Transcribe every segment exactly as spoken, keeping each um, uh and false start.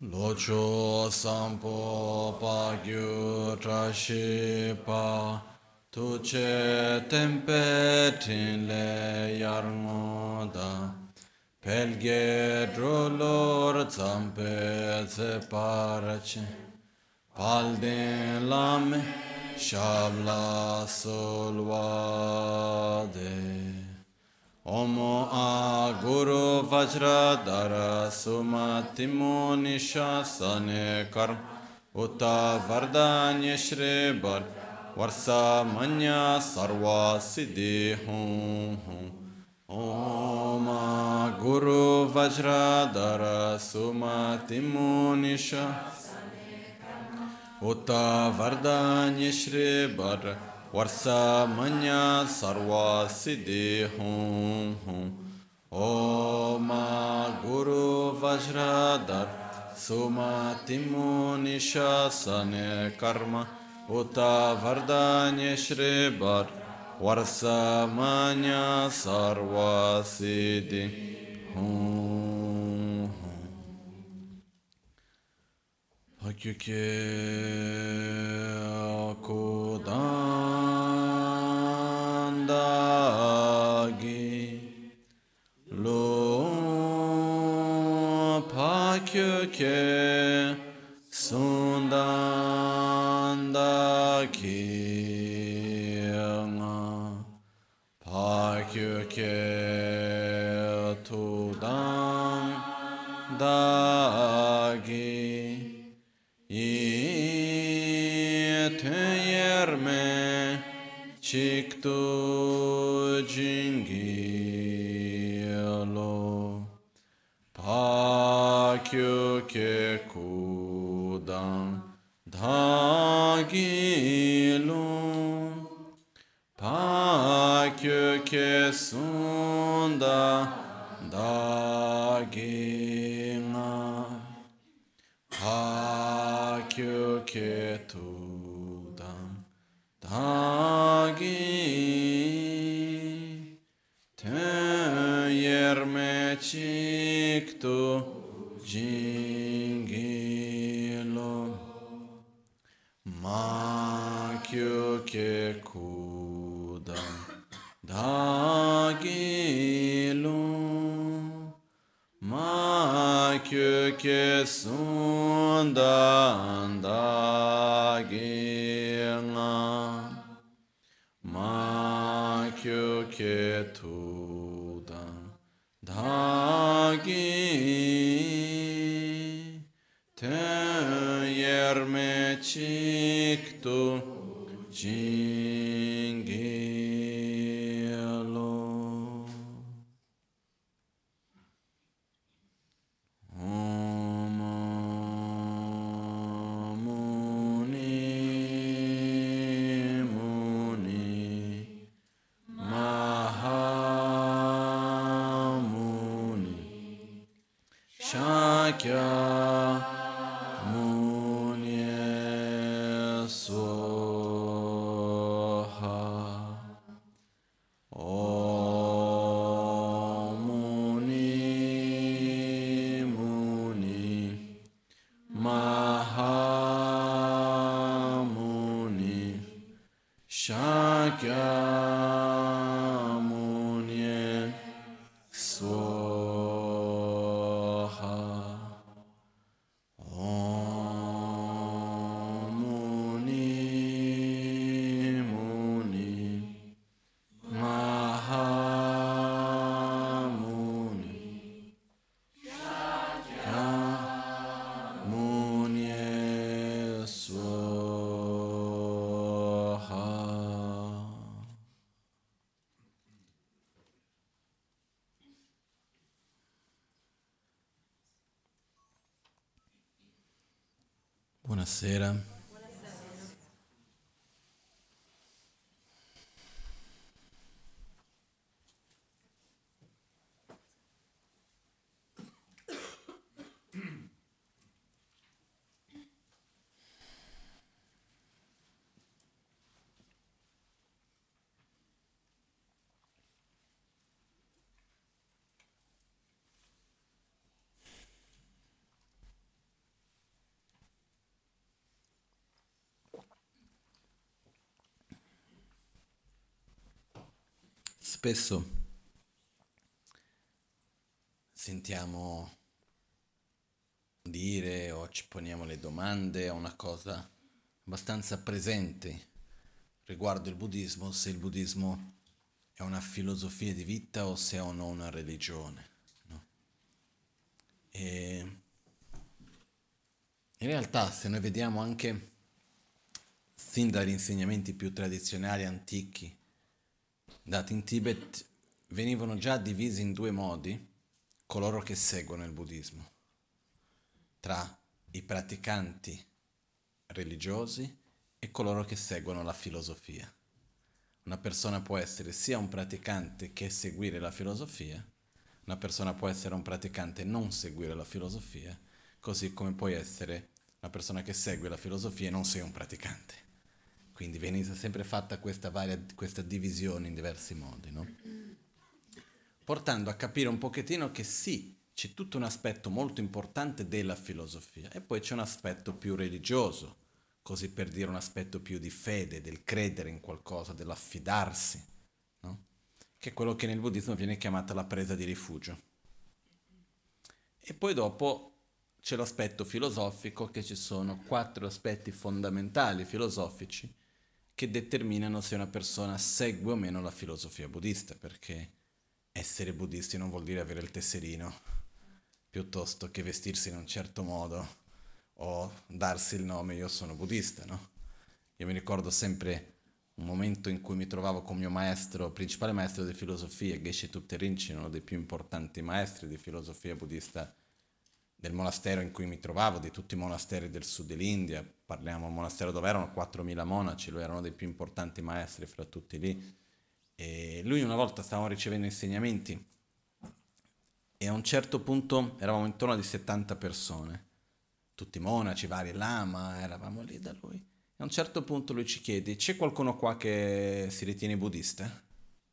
Locho sampo pa gyu trashi pa tuche tempe tin le yarngo da pelge drolor zampe ze parache palden lame shabla solvade Omo a Guru Vajra Dara Sumatimo Nishasane Karm Uta Vardanya Shri Bar Varsa Manya Sarva Siddhi Hum Hum Om a Guru Vajra Dara Sumatimo Nishasane Uta Vardanya Shri Bar Varsa Manya Sarva Siddhi Hum Hum Om Guru Vajradhar Sumatimo Nishasane Karma Uta Vardanya Shri Bar Varsa Manya Sarva Siddhi Hum Hakyuke Akudandagi Lo Pakyuke Sundandaki Pakyuke Tudandagi Yerme Chiktu Jingilo Pakyuke Kudam Dhagilo Pakyuke Sunda Dagina Pakyuke Tudam Dagi Yerme Chiktu Jingilo Makyuke Kudam Dagilo Makyuke Sundandagina Makyuke Tudam Dagi Yerme Chiktu Jingilo Om Muni Muni Mahamuni Shakya Muni Soha Om Muni Muni Mahamuni Shakya Muni Soha Om Muni Muni Mahamuni Muni Swaha. Buonasera. Spesso sentiamo dire o ci poniamo le domande a una cosa abbastanza presente riguardo il buddismo, se il buddismo è una filosofia di vita o se è o no una religione, no? E in realtà, se noi vediamo anche sin dagli insegnamenti più tradizionali antichi dati in Tibet, venivano già divisi in due modi coloro che seguono il buddismo, tra i praticanti religiosi e coloro che seguono la filosofia. Una persona può essere sia un praticante che seguire la filosofia, una persona può essere un praticante e non seguire la filosofia, così come puoi essere una persona che segue la filosofia e non sei un praticante. Quindi viene sempre fatta questa, varia, questa divisione in diversi modi, no? Portando a capire un pochettino che sì, c'è tutto un aspetto molto importante della filosofia e poi c'è un aspetto più religioso, così per dire un aspetto più di fede, del credere in qualcosa, dell'affidarsi, no? Che è quello che nel buddismo viene chiamata la presa di rifugio. E poi dopo c'è l'aspetto filosofico, che ci sono quattro aspetti fondamentali filosofici che determinano se una persona segue o meno la filosofia buddista, perché essere buddisti non vuol dire avere il tesserino, piuttosto che vestirsi in un certo modo o darsi il nome io sono buddista, no? Io mi ricordo sempre un momento in cui mi trovavo con mio maestro, principale maestro di filosofia, Geshe Thupten Rinchen, uno dei più importanti maestri di filosofia buddista del monastero in cui mi trovavo, di tutti i monasteri del sud dell'India. Parliamo del monastero dove erano quattromila monaci, lui era uno dei più importanti maestri fra tutti lì. E lui una volta stavamo ricevendo insegnamenti e a un certo punto eravamo intorno a settanta persone, tutti monaci, vari lama, eravamo lì da lui. E a un certo punto lui ci chiede: c'è qualcuno qua che si ritiene buddista?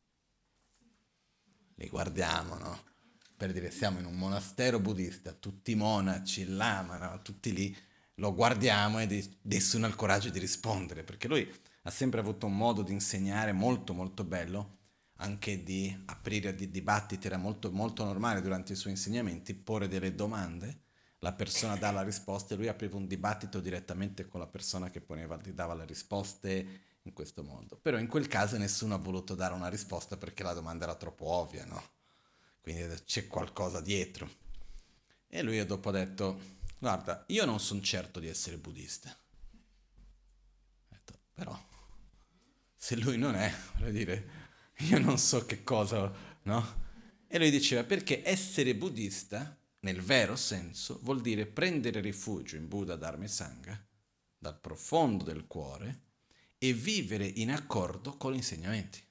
Li guardiamo, no? Per dire, siamo in un monastero buddista, tutti monaci, lama, no? Tutti lì, lo guardiamo e nessuno ha il coraggio di rispondere, perché lui ha sempre avuto un modo di insegnare molto molto bello, anche di aprire di dibattiti, era molto, molto normale durante i suoi insegnamenti, porre delle domande, la persona dà la risposta e lui apriva un dibattito direttamente con la persona che poneva, dava le risposte in questo modo. Però in quel caso nessuno ha voluto dare una risposta perché la domanda era troppo ovvia, no? Quindi c'è qualcosa dietro. E lui dopo ha detto: guarda, io non sono certo di essere buddista. Ho detto, però, se lui non è, voglio dire, io non so che cosa, no? E lui diceva, perché essere buddista, nel vero senso, vuol dire prendere rifugio in Buddha, Dharma e Sangha, dal profondo del cuore, e vivere in accordo con gli insegnamenti.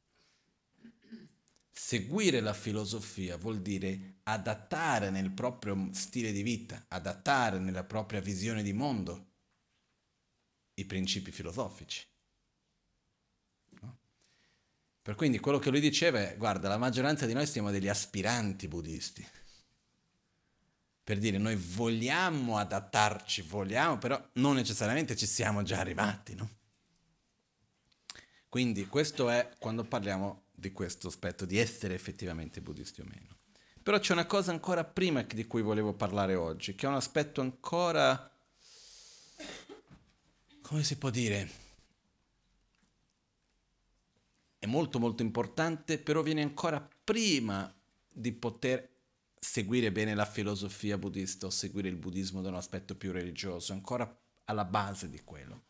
Seguire la filosofia vuol dire adattare nel proprio stile di vita, adattare nella propria visione di mondo i principi filosofici. No? Per quindi quello che lui diceva è: guarda, la maggioranza di noi siamo degli aspiranti buddisti. Per dire, noi vogliamo adattarci, vogliamo, però non necessariamente ci siamo già arrivati, no? Quindi questo è quando parliamo di questo aspetto, di essere effettivamente buddisti o meno. Però c'è una cosa ancora prima di cui volevo parlare oggi, che è un aspetto ancora, come si può dire, è molto molto importante, però viene ancora prima di poter seguire bene la filosofia buddista o seguire il buddismo da un aspetto più religioso, ancora alla base di quello,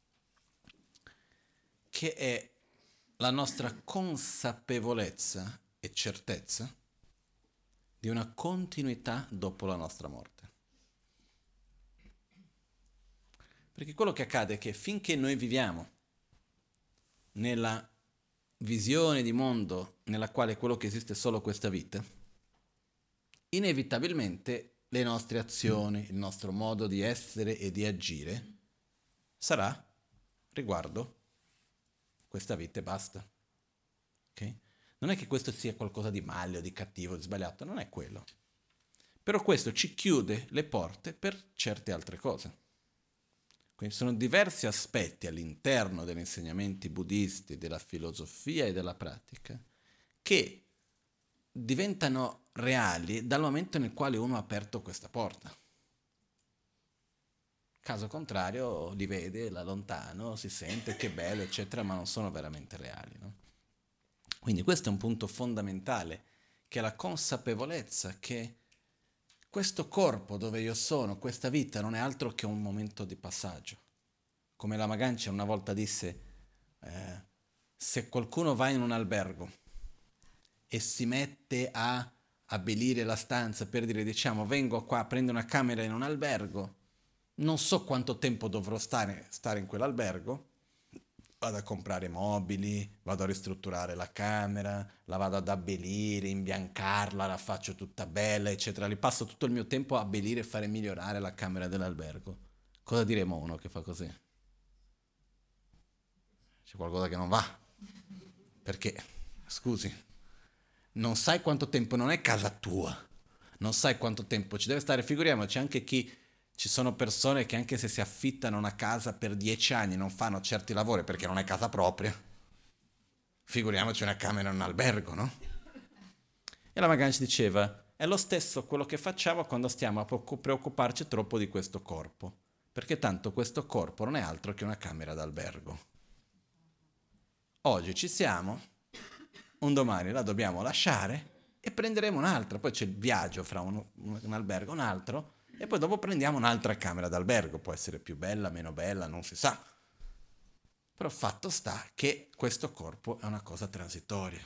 che è la nostra consapevolezza e certezza di una continuità dopo la nostra morte. Perché quello che accade è che finché noi viviamo nella visione di mondo nella quale quello che esiste è solo questa vita, inevitabilmente le nostre azioni, il nostro modo di essere e di agire sarà riguardo questa vita e basta. Ok? Non è che questo sia qualcosa di male o di cattivo, di sbagliato, non è quello. Però questo ci chiude le porte per certe altre cose. Quindi sono diversi aspetti all'interno degli insegnamenti buddisti, della filosofia e della pratica, che diventano reali dal momento nel quale uno ha aperto questa porta. Caso contrario li vede da lontano, si sente che bello, eccetera, ma non sono veramente reali, no? Quindi questo è un punto fondamentale, che è la consapevolezza che questo corpo dove io sono, questa vita, non è altro che un momento di passaggio. Come la Magancia una volta disse, eh, se qualcuno va in un albergo e si mette a abbellire la stanza per dire, diciamo, vengo qua a prendere una camera in un albergo, non so quanto tempo dovrò stare, stare in quell'albergo, vado a comprare mobili, vado a ristrutturare la camera, la vado ad abbellire, imbiancarla, la faccio tutta bella, eccetera. Li passo tutto il mio tempo a abbellire e fare migliorare la camera dell'albergo. Cosa diremo a uno che fa così? C'è qualcosa che non va. Perché, scusi, non sai quanto tempo, non è casa tua, non sai quanto tempo ci deve stare, figuriamoci anche chi... Ci sono persone che anche se si affittano una casa per dieci anni non fanno certi lavori perché non è casa propria. Figuriamoci una camera in un albergo, no? E la Magancia diceva, è lo stesso quello che facciamo quando stiamo a preoccuparci troppo di questo corpo, perché tanto questo corpo non è altro che una camera d'albergo. Oggi ci siamo, un domani la dobbiamo lasciare e prenderemo un'altra, poi c'è il viaggio fra un, un albergo e un altro, e poi dopo prendiamo un'altra camera d'albergo, può essere più bella, meno bella, non si sa. Però fatto sta che questo corpo è una cosa transitoria.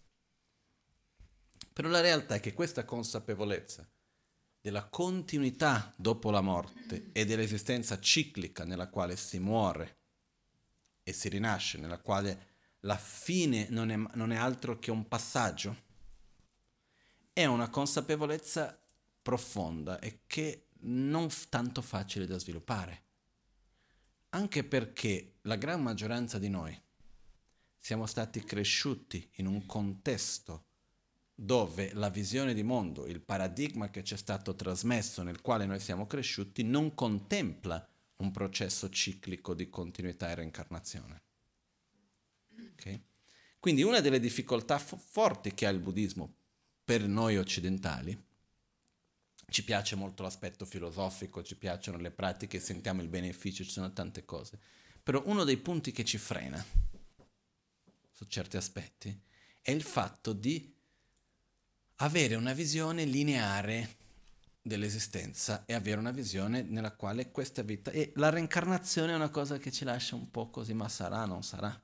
Però la realtà è che questa consapevolezza della continuità dopo la morte e dell'esistenza ciclica nella quale si muore e si rinasce, nella quale la fine non è, non è altro che un passaggio, è una consapevolezza profonda e che non f- tanto facile da sviluppare, anche perché la gran maggioranza di noi siamo stati cresciuti in un contesto dove la visione di mondo, il paradigma che ci è stato trasmesso nel quale noi siamo cresciuti non contempla un processo ciclico di continuità e reincarnazione. Okay? Quindi una delle difficoltà fo- forti che ha il buddismo per noi occidentali, ci piace molto l'aspetto filosofico, ci piacciono le pratiche, sentiamo il beneficio, ci sono tante cose. Però uno dei punti che ci frena su certi aspetti è il fatto di avere una visione lineare dell'esistenza e avere una visione nella quale questa vita... E la reincarnazione è una cosa che ci lascia un po' così, ma sarà, non sarà.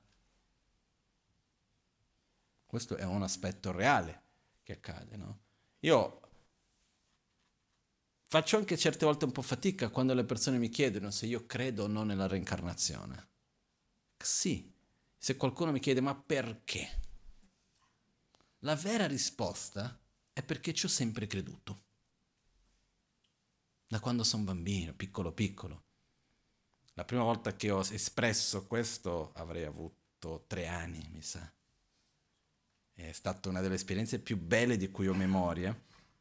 Questo è un aspetto reale che accade, no? Io... Faccio anche certe volte un po' fatica quando le persone mi chiedono se io credo o no nella reincarnazione. Sì, se qualcuno mi chiede ma perché? La vera risposta è perché ci ho sempre creduto. Da quando sono bambino, piccolo piccolo. La prima volta che ho espresso questo avrei avuto tre anni, mi sa. È stata una delle esperienze più belle di cui ho memoria,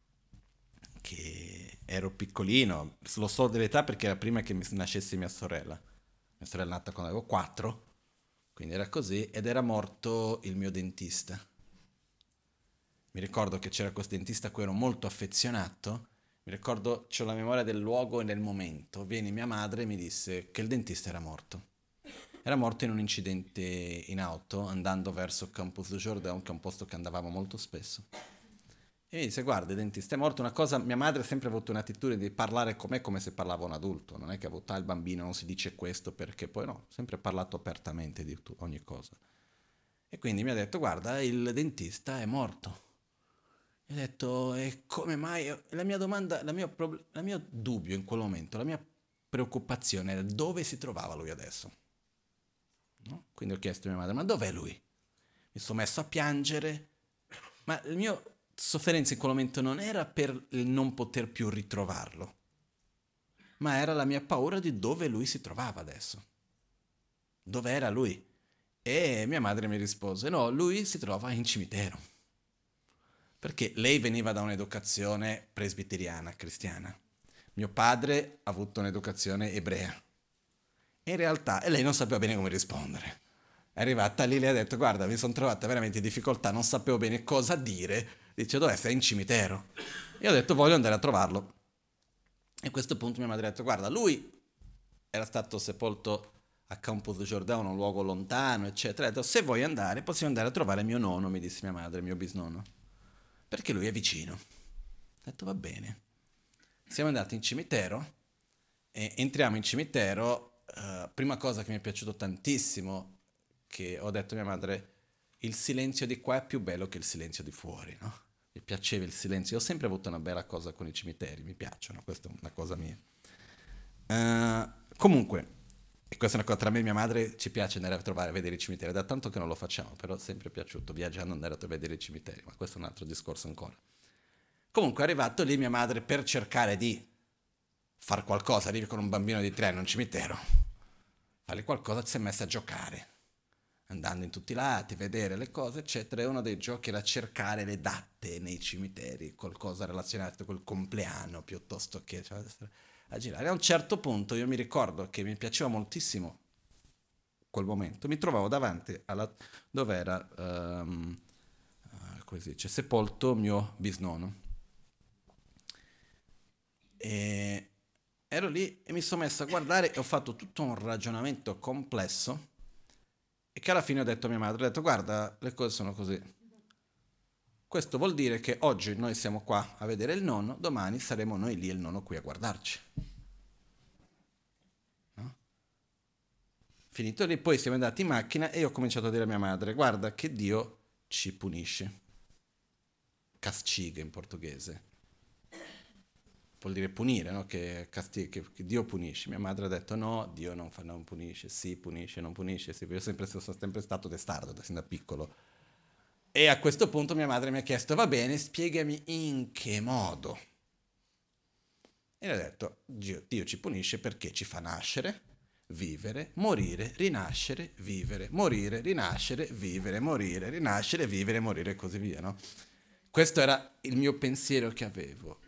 che ero piccolino, lo so dell'età perché era prima che mi nascesse mia sorella. Mia sorella è nata quando avevo quattro, quindi era così, ed era morto il mio dentista. Mi ricordo che c'era questo dentista a cui ero molto affezionato, mi ricordo, c'ho la memoria del luogo e del momento. Viene mia madre e mi disse che il dentista era morto. Era morto in un incidente in auto andando verso Campus du Jordão, che è un posto che andavamo molto spesso. E mi disse, guarda, il dentista è morto. Una cosa, mia madre ha sempre avuto un'attitudine di parlare con me come se parlava un adulto. Non è che ha avuto, ah, il bambino non si dice questo perché poi no, sempre parlato apertamente di tu, ogni cosa. E quindi mi ha detto, guarda, il dentista è morto. E ho detto, e come mai? La mia domanda, la mia prob- la mio dubbio in quel momento, la mia preoccupazione era dove si trovava lui adesso. No? Quindi ho chiesto a mia madre, ma dov'è lui? Mi sono messo a piangere, ma il mio sofferenza in quel momento non era per il non poter più ritrovarlo, ma era la mia paura di dove lui si trovava adesso. Dove era lui? E mia madre mi rispose, no, lui si trova in cimitero. Perché lei veniva da un'educazione presbiteriana, cristiana. Mio padre ha avuto un'educazione ebrea. In realtà, e lei non sapeva bene come rispondere. È arrivata lì, le ha detto, guarda, mi sono trovata veramente in difficoltà, non sapevo bene cosa dire. Dice, dov'è? Sei in cimitero. E ho detto, voglio andare a trovarlo. E a questo punto mia madre ha detto, guarda, lui era stato sepolto a Campos de Jordão, un luogo lontano, eccetera. Ha detto, se vuoi andare, possiamo andare a trovare mio nonno, mi disse mia madre, mio bisnonno, perché lui è vicino. Ho detto, va bene. Siamo andati in cimitero e entriamo in cimitero. Uh, prima cosa che mi è piaciuto tantissimo, che ho detto a mia madre, il silenzio di qua è più bello che il silenzio di fuori, no? Mi piaceva il silenzio. Ho sempre avuto una bella cosa con i cimiteri, mi piacciono, questa è una cosa mia. Uh, comunque, e questa è una cosa tra me e mia madre, ci piace andare a trovare, a vedere i cimiteri, da tanto che non lo facciamo, però è sempre piaciuto viaggiando andare a vedere i cimiteri, ma questo è un altro discorso ancora. Comunque è arrivato lì mia madre per cercare di fare qualcosa, arrivi con un bambino di tre anni in un cimitero, fare qualcosa, si è messa a giocare, andando in tutti i lati, vedere le cose, eccetera. E uno dei giochi era cercare le date nei cimiteri, qualcosa relazionato col compleanno, piuttosto che cioè, a girare. A un certo punto io mi ricordo che mi piaceva moltissimo quel momento, mi trovavo davanti alla dove era um, uh, come si dice, sepolto mio bisnonno. E ero lì e mi sono messo a guardare e ho fatto tutto un ragionamento complesso e che alla fine ho detto a mia madre, ho detto guarda, le cose sono così. Questo vuol dire che oggi noi siamo qua a vedere il nonno, domani saremo noi lì e il nonno qui a guardarci. No? Finito lì, poi siamo andati in macchina e io ho cominciato a dire a mia madre, guarda che Dio ci punisce. Castiga in portoghese. Vuol dire punire, no? Che, casti- che, che Dio punisce. Mia madre ha detto no, Dio non, fa, non punisce, sì, punisce, non punisce. Sì. Io sempre, sono sempre stato testardo da sin da piccolo. E a questo punto mia madre mi ha chiesto, va bene, spiegami in che modo. E le ho detto, Dio, Dio ci punisce perché ci fa nascere, vivere, morire, rinascere, vivere, morire, rinascere, vivere, morire, rinascere, vivere, morire e così via, no? Questo era il mio pensiero che avevo.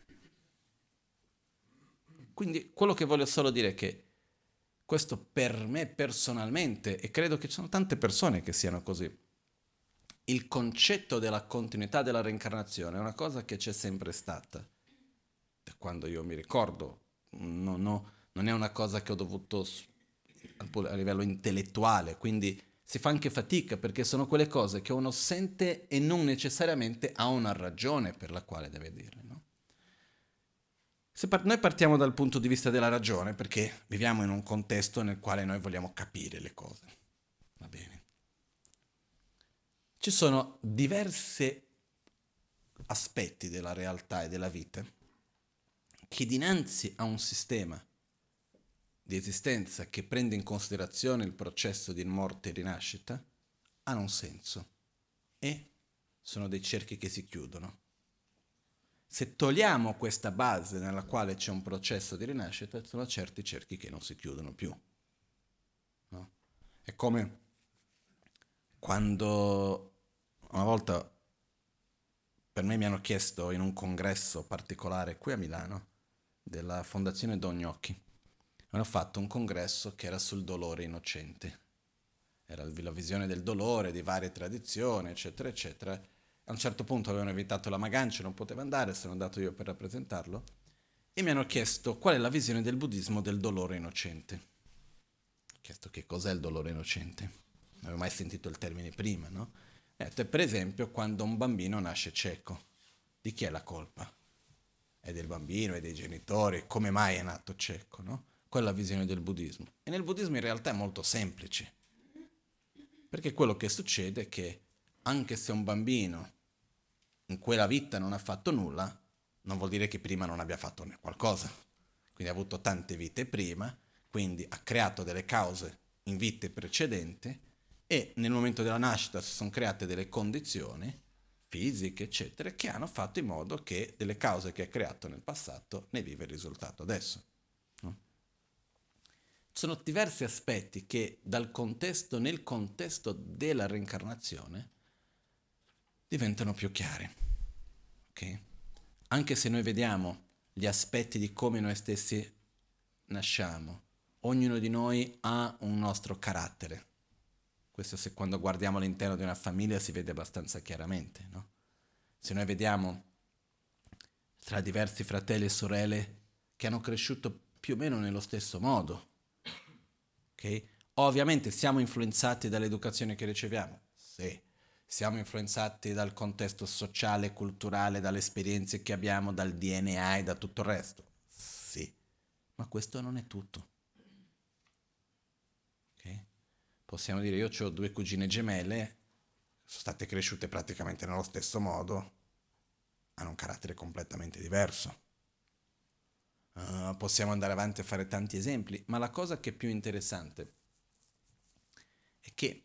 Quindi quello che voglio solo dire è che questo per me personalmente, e credo che ci sono tante persone che siano così, il concetto della continuità della reincarnazione è una cosa che c'è sempre stata. Da quando io mi ricordo, non, ho, non è una cosa che ho dovuto a livello intellettuale, quindi si fa anche fatica perché sono quelle cose che uno sente e non necessariamente ha una ragione per la quale deve dirle, no? Se par- noi partiamo dal punto di vista della ragione perché viviamo in un contesto nel quale noi vogliamo capire le cose. Va bene. Ci sono diversi aspetti della realtà e della vita che dinanzi a un sistema di esistenza che prende in considerazione il processo di morte e rinascita hanno un senso e sono dei cerchi che si chiudono. Se togliamo questa base nella quale c'è un processo di rinascita, sono certi cerchi che non si chiudono più. No? È come quando una volta per me mi hanno chiesto in un congresso particolare qui a Milano della Fondazione Don Gnocchi, hanno fatto un congresso che era sul dolore innocente. Era la visione del dolore, di varie tradizioni, eccetera, eccetera. A un certo punto avevano invitato la Magancia, non poteva andare, sono andato io per rappresentarlo, e mi hanno chiesto qual è la visione del buddismo del dolore innocente. Ho chiesto che cos'è il dolore innocente. Non avevo mai sentito il termine prima, no? E ho detto, per esempio, quando un bambino nasce cieco, di chi è la colpa? È del bambino, è dei genitori, come mai è nato cieco, no? Quella è la visione del buddismo. E nel buddismo in realtà è molto semplice, perché quello che succede è che anche se un bambino in quella vita non ha fatto nulla, non vuol dire che prima non abbia fatto qualcosa. Quindi ha avuto tante vite prima, quindi ha creato delle cause in vite precedenti e nel momento della nascita si sono create delle condizioni fisiche, eccetera, che hanno fatto in modo che delle cause che ha creato nel passato ne vive il risultato adesso. No? Ci sono diversi aspetti che dal contesto, nel contesto della reincarnazione, diventano più chiari. Okay? Anche se noi vediamo gli aspetti di come noi stessi nasciamo, ognuno di noi ha un nostro carattere. Questo se quando guardiamo all'interno di una famiglia si vede abbastanza chiaramente, no? Se noi vediamo tra diversi fratelli e sorelle che hanno cresciuto più o meno nello stesso modo, ok? Ovviamente siamo influenzati dall'educazione che riceviamo, sì. Siamo influenzati dal contesto sociale, culturale, dalle esperienze che abbiamo, dal D N A e da tutto il resto, sì. Ma questo non è tutto. Okay? Possiamo dire, io ho due cugine gemelle, sono state cresciute praticamente nello stesso modo, hanno un carattere completamente diverso. Uh, possiamo andare avanti a fare tanti esempi, ma la cosa che è più interessante è che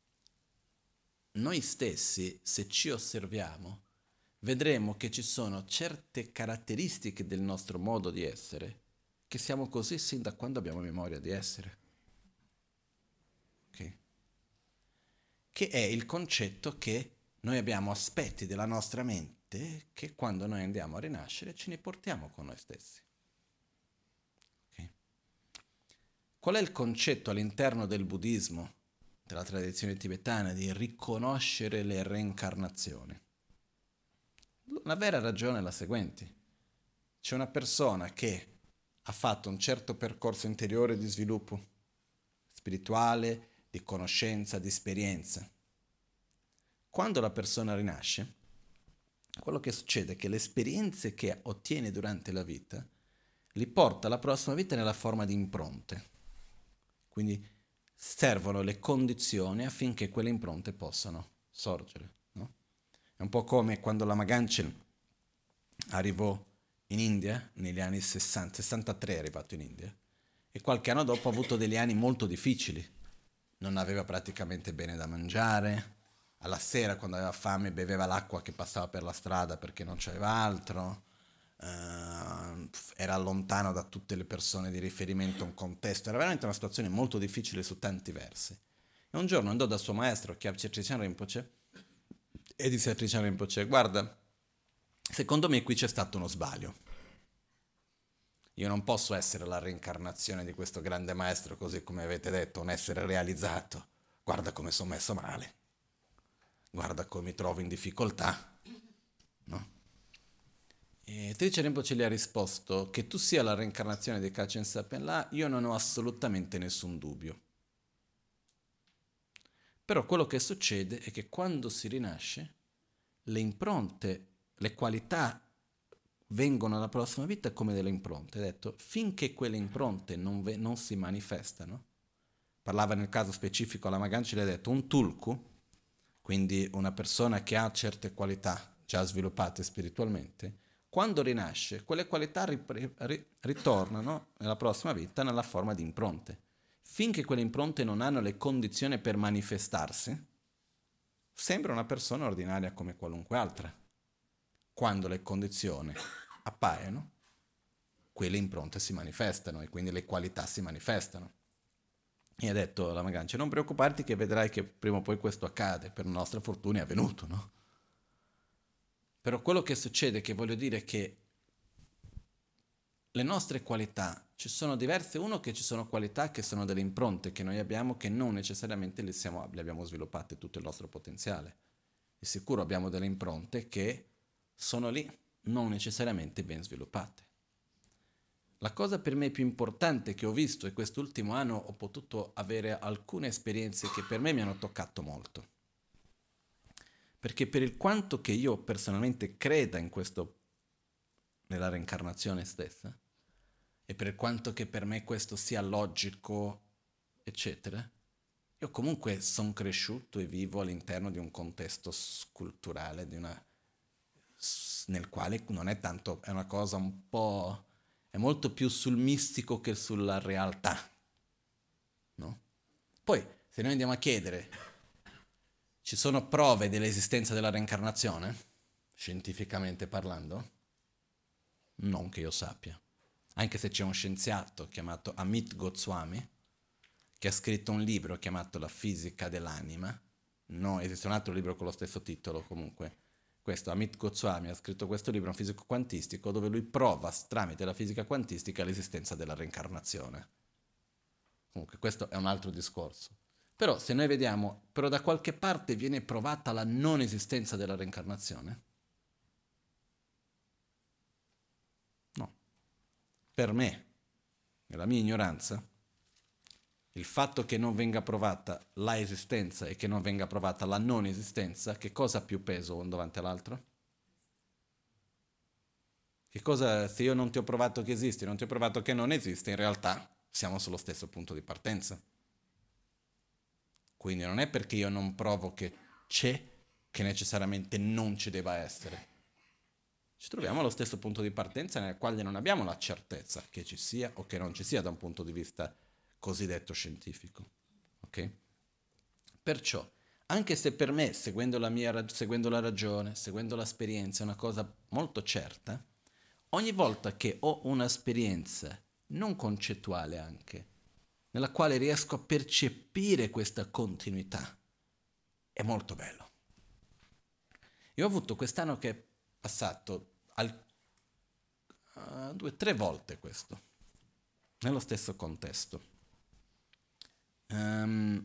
noi stessi, se ci osserviamo, vedremo che ci sono certe caratteristiche del nostro modo di essere che siamo così sin da quando abbiamo memoria di essere. Okay? Che è il concetto che noi abbiamo aspetti della nostra mente che quando noi andiamo a rinascere ce ne portiamo con noi stessi. Okay? Qual è il concetto all'interno del buddismo, della tradizione tibetana, di riconoscere le reincarnazioni? La vera ragione è la seguente. C'è una persona che ha fatto un certo percorso interiore di sviluppo spirituale, di conoscenza, di esperienza. Quando la persona rinasce, quello che succede è che le esperienze che ottiene durante la vita li porta alla prossima vita nella forma di impronte. Quindi servono le condizioni affinché quelle impronte possano sorgere. No? È un po' come quando Lama Ganchen arrivò in India negli anni sessanta, sessantatré è arrivato in India, e qualche anno dopo ha avuto degli anni molto difficili. Non aveva praticamente bene da mangiare, alla sera quando aveva fame beveva l'acqua che passava per la strada perché non c'aveva altro, uh, era lontano da tutte le persone di riferimento, un contesto, era veramente una situazione molto difficile su tanti versi. E un giorno andò dal suo maestro, Kyabche Trichan Rinpoche, e disse a Trichan Rinpoche: guarda, secondo me qui c'è stato uno sbaglio. Io non posso essere la reincarnazione di questo grande maestro, così come avete detto, un essere realizzato. Guarda come sono messo male. Guarda come mi trovo in difficoltà. No? E Trichan Rinpoche gli ha risposto: che tu sia la reincarnazione di Kachin Sapenla, io non ho assolutamente nessun dubbio. Però quello che succede è che quando si rinasce, le impronte, le qualità vengono alla prossima vita come delle impronte. Ha detto, finché quelle impronte non, ve- non si manifestano, parlava nel caso specifico alla Maganci, le ha detto un tulku, quindi una persona che ha certe qualità già sviluppate spiritualmente, quando rinasce, quelle qualità ri- ri- ritornano nella prossima vita nella forma di impronte. Finché quelle impronte non hanno le condizioni per manifestarsi, sembra una persona ordinaria come qualunque altra. Quando le condizioni appaiono, quelle impronte si manifestano e quindi le qualità si manifestano. E ha detto alla Magancia: non preoccuparti che vedrai che prima o poi questo accade, per nostra fortuna è avvenuto, no? Però quello che succede, che voglio dire, è che le nostre qualità, ci sono diverse, uno che ci sono qualità che sono delle impronte che noi abbiamo che non necessariamente le, siamo, le abbiamo sviluppate tutto il nostro potenziale. Di sicuro abbiamo delle impronte che sono lì, non necessariamente ben sviluppate. La cosa per me più importante che ho visto, e quest'ultimo anno ho potuto avere alcune esperienze che per me mi hanno toccato molto. Perché per il quanto che io personalmente creda in questo, nella reincarnazione stessa, e per quanto che per me questo sia logico, eccetera, io comunque sono cresciuto e vivo all'interno di un contesto culturale, di una, nel quale non è tanto, è una cosa un po', è molto più sul mistico che sulla realtà, no? Poi, se noi andiamo a chiedere, ci sono prove dell'esistenza della reincarnazione, scientificamente parlando? Non che io sappia. Anche se c'è un scienziato chiamato Amit Goswami che ha scritto un libro chiamato La fisica dell'anima. No, esiste un altro libro con lo stesso titolo comunque. Questo Amit Goswami ha scritto questo libro, un fisico quantistico, dove lui prova tramite la fisica quantistica l'esistenza della reincarnazione. Comunque questo è un altro discorso. Però se noi vediamo, però da qualche parte viene provata la non esistenza della reincarnazione? No. Per me, nella mia ignoranza, il fatto che non venga provata la esistenza e che non venga provata la non esistenza, che cosa ha più peso uno davanti all'altro? Che cosa, se io non ti ho provato che esiste, non ti ho provato che non esiste, in realtà siamo sullo stesso punto di partenza. Quindi non è perché io non provo che c'è che necessariamente non ci debba essere. Ci troviamo allo stesso punto di partenza nel quale non abbiamo la certezza che ci sia o che non ci sia da un punto di vista cosiddetto scientifico. Ok? Perciò, anche se per me, seguendo la, mia, seguendo la ragione, seguendo l'esperienza, è una cosa molto certa, ogni volta che ho un'esperienza non concettuale anche, nella quale riesco a percepire questa continuità, è molto bello. Io ho avuto quest'anno che è passato al, uh, due o tre volte questo, nello stesso contesto. Um,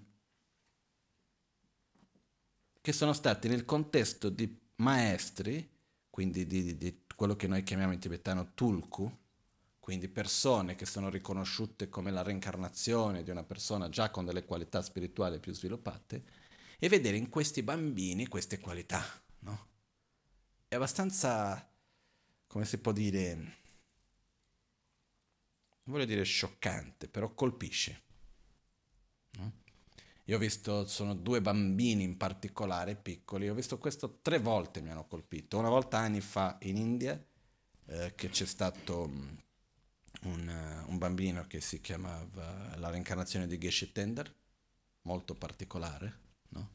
che sono stati nel contesto di maestri, quindi di, di, di quello che noi chiamiamo in tibetano tulku, quindi persone che sono riconosciute come la reincarnazione di una persona già con delle qualità spirituali più sviluppate, e vedere in questi bambini queste qualità, no? È abbastanza, come si può dire, non voglio dire scioccante, però colpisce, no? Io ho visto, sono due bambini in particolare, piccoli, ho visto questo tre volte, mi hanno colpito. Una volta anni fa in India, eh, che c'è stato um, un, uh, un bambino che si chiamava la reincarnazione di Geshe Tender, molto particolare, no?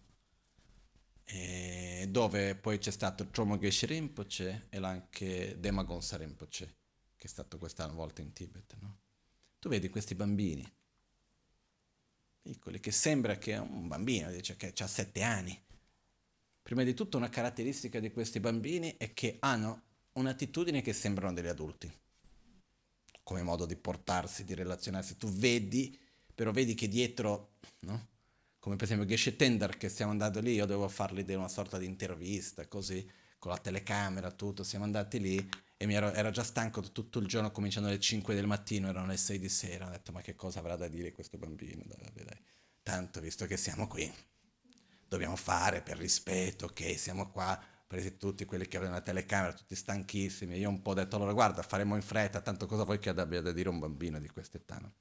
E dove poi c'è stato Chomo Geshe Rinpoche e anche Dema Gonsa Rinpoche, che è stato questa volta in Tibet, no? Tu vedi questi bambini piccoli, che sembra che è un bambino, dice che ha sette anni. Prima di tutto una caratteristica di questi bambini è che hanno un'attitudine che sembrano degli adulti, come modo di portarsi, di relazionarsi. Tu vedi, però vedi che dietro, no? Come per esempio Geshe Tender, che stiamo andando lì, io devo fargli una sorta di intervista, così, con la telecamera, tutto, siamo andati lì e mi ero, ero già stanco tutto il giorno, cominciando alle cinque del mattino, erano le sei di sera, ho detto ma che cosa avrà da dire questo bambino, dai, dai, dai. Tanto visto che siamo qui, dobbiamo fare per rispetto, ok, siamo qua, presi tutti quelli che avevano la telecamera, tutti stanchissimi, io un po' ho detto allora guarda faremo in fretta, tanto cosa vuoi che abbia da dire un bambino di quest'età, no?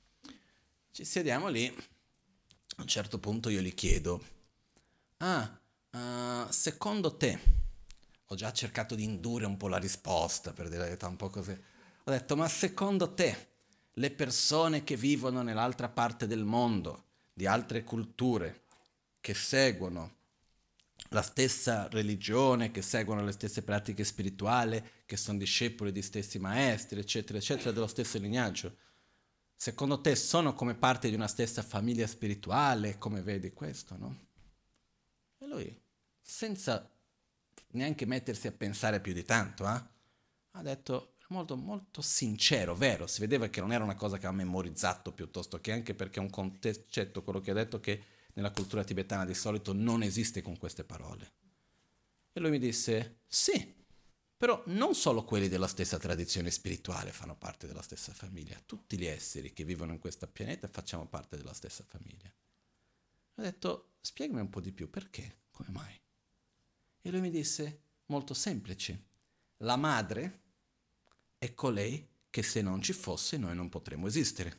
Ci sediamo lì, a un certo punto io gli chiedo, ah, uh, secondo te, ho già cercato di indurre un po' la risposta, per dire la verità, un po' così. Ho detto, ma secondo te le persone che vivono nell'altra parte del mondo, di altre culture, che seguono la stessa religione, che seguono le stesse pratiche spirituali, che sono discepoli di stessi maestri, eccetera, eccetera, dello stesso lignaggio, secondo te sono come parte di una stessa famiglia spirituale, come vedi questo, no? E lui, senza neanche mettersi a pensare più di tanto, eh? Ha detto molto, molto sincero, vero, si vedeva che non era una cosa che ha memorizzato piuttosto che anche perché è un concetto, quello che ha detto, che nella cultura tibetana di solito non esiste con queste parole. E lui mi disse, sì, però non solo quelli della stessa tradizione spirituale fanno parte della stessa famiglia, tutti gli esseri che vivono in questo pianeta facciamo parte della stessa famiglia. Ho detto, spiegami un po' di più, perché? Come mai? E lui mi disse, molto semplice, la madre è colei che se non ci fosse noi non potremmo esistere.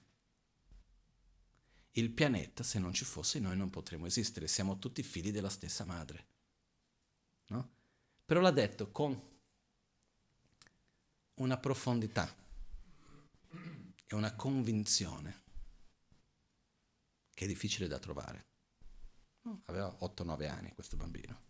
Il pianeta, se non ci fosse noi non potremmo esistere, siamo tutti figli della stessa madre. No? Però l'ha detto con una profondità e una convinzione che è difficile da trovare. No? Aveva otto nove anni questo bambino.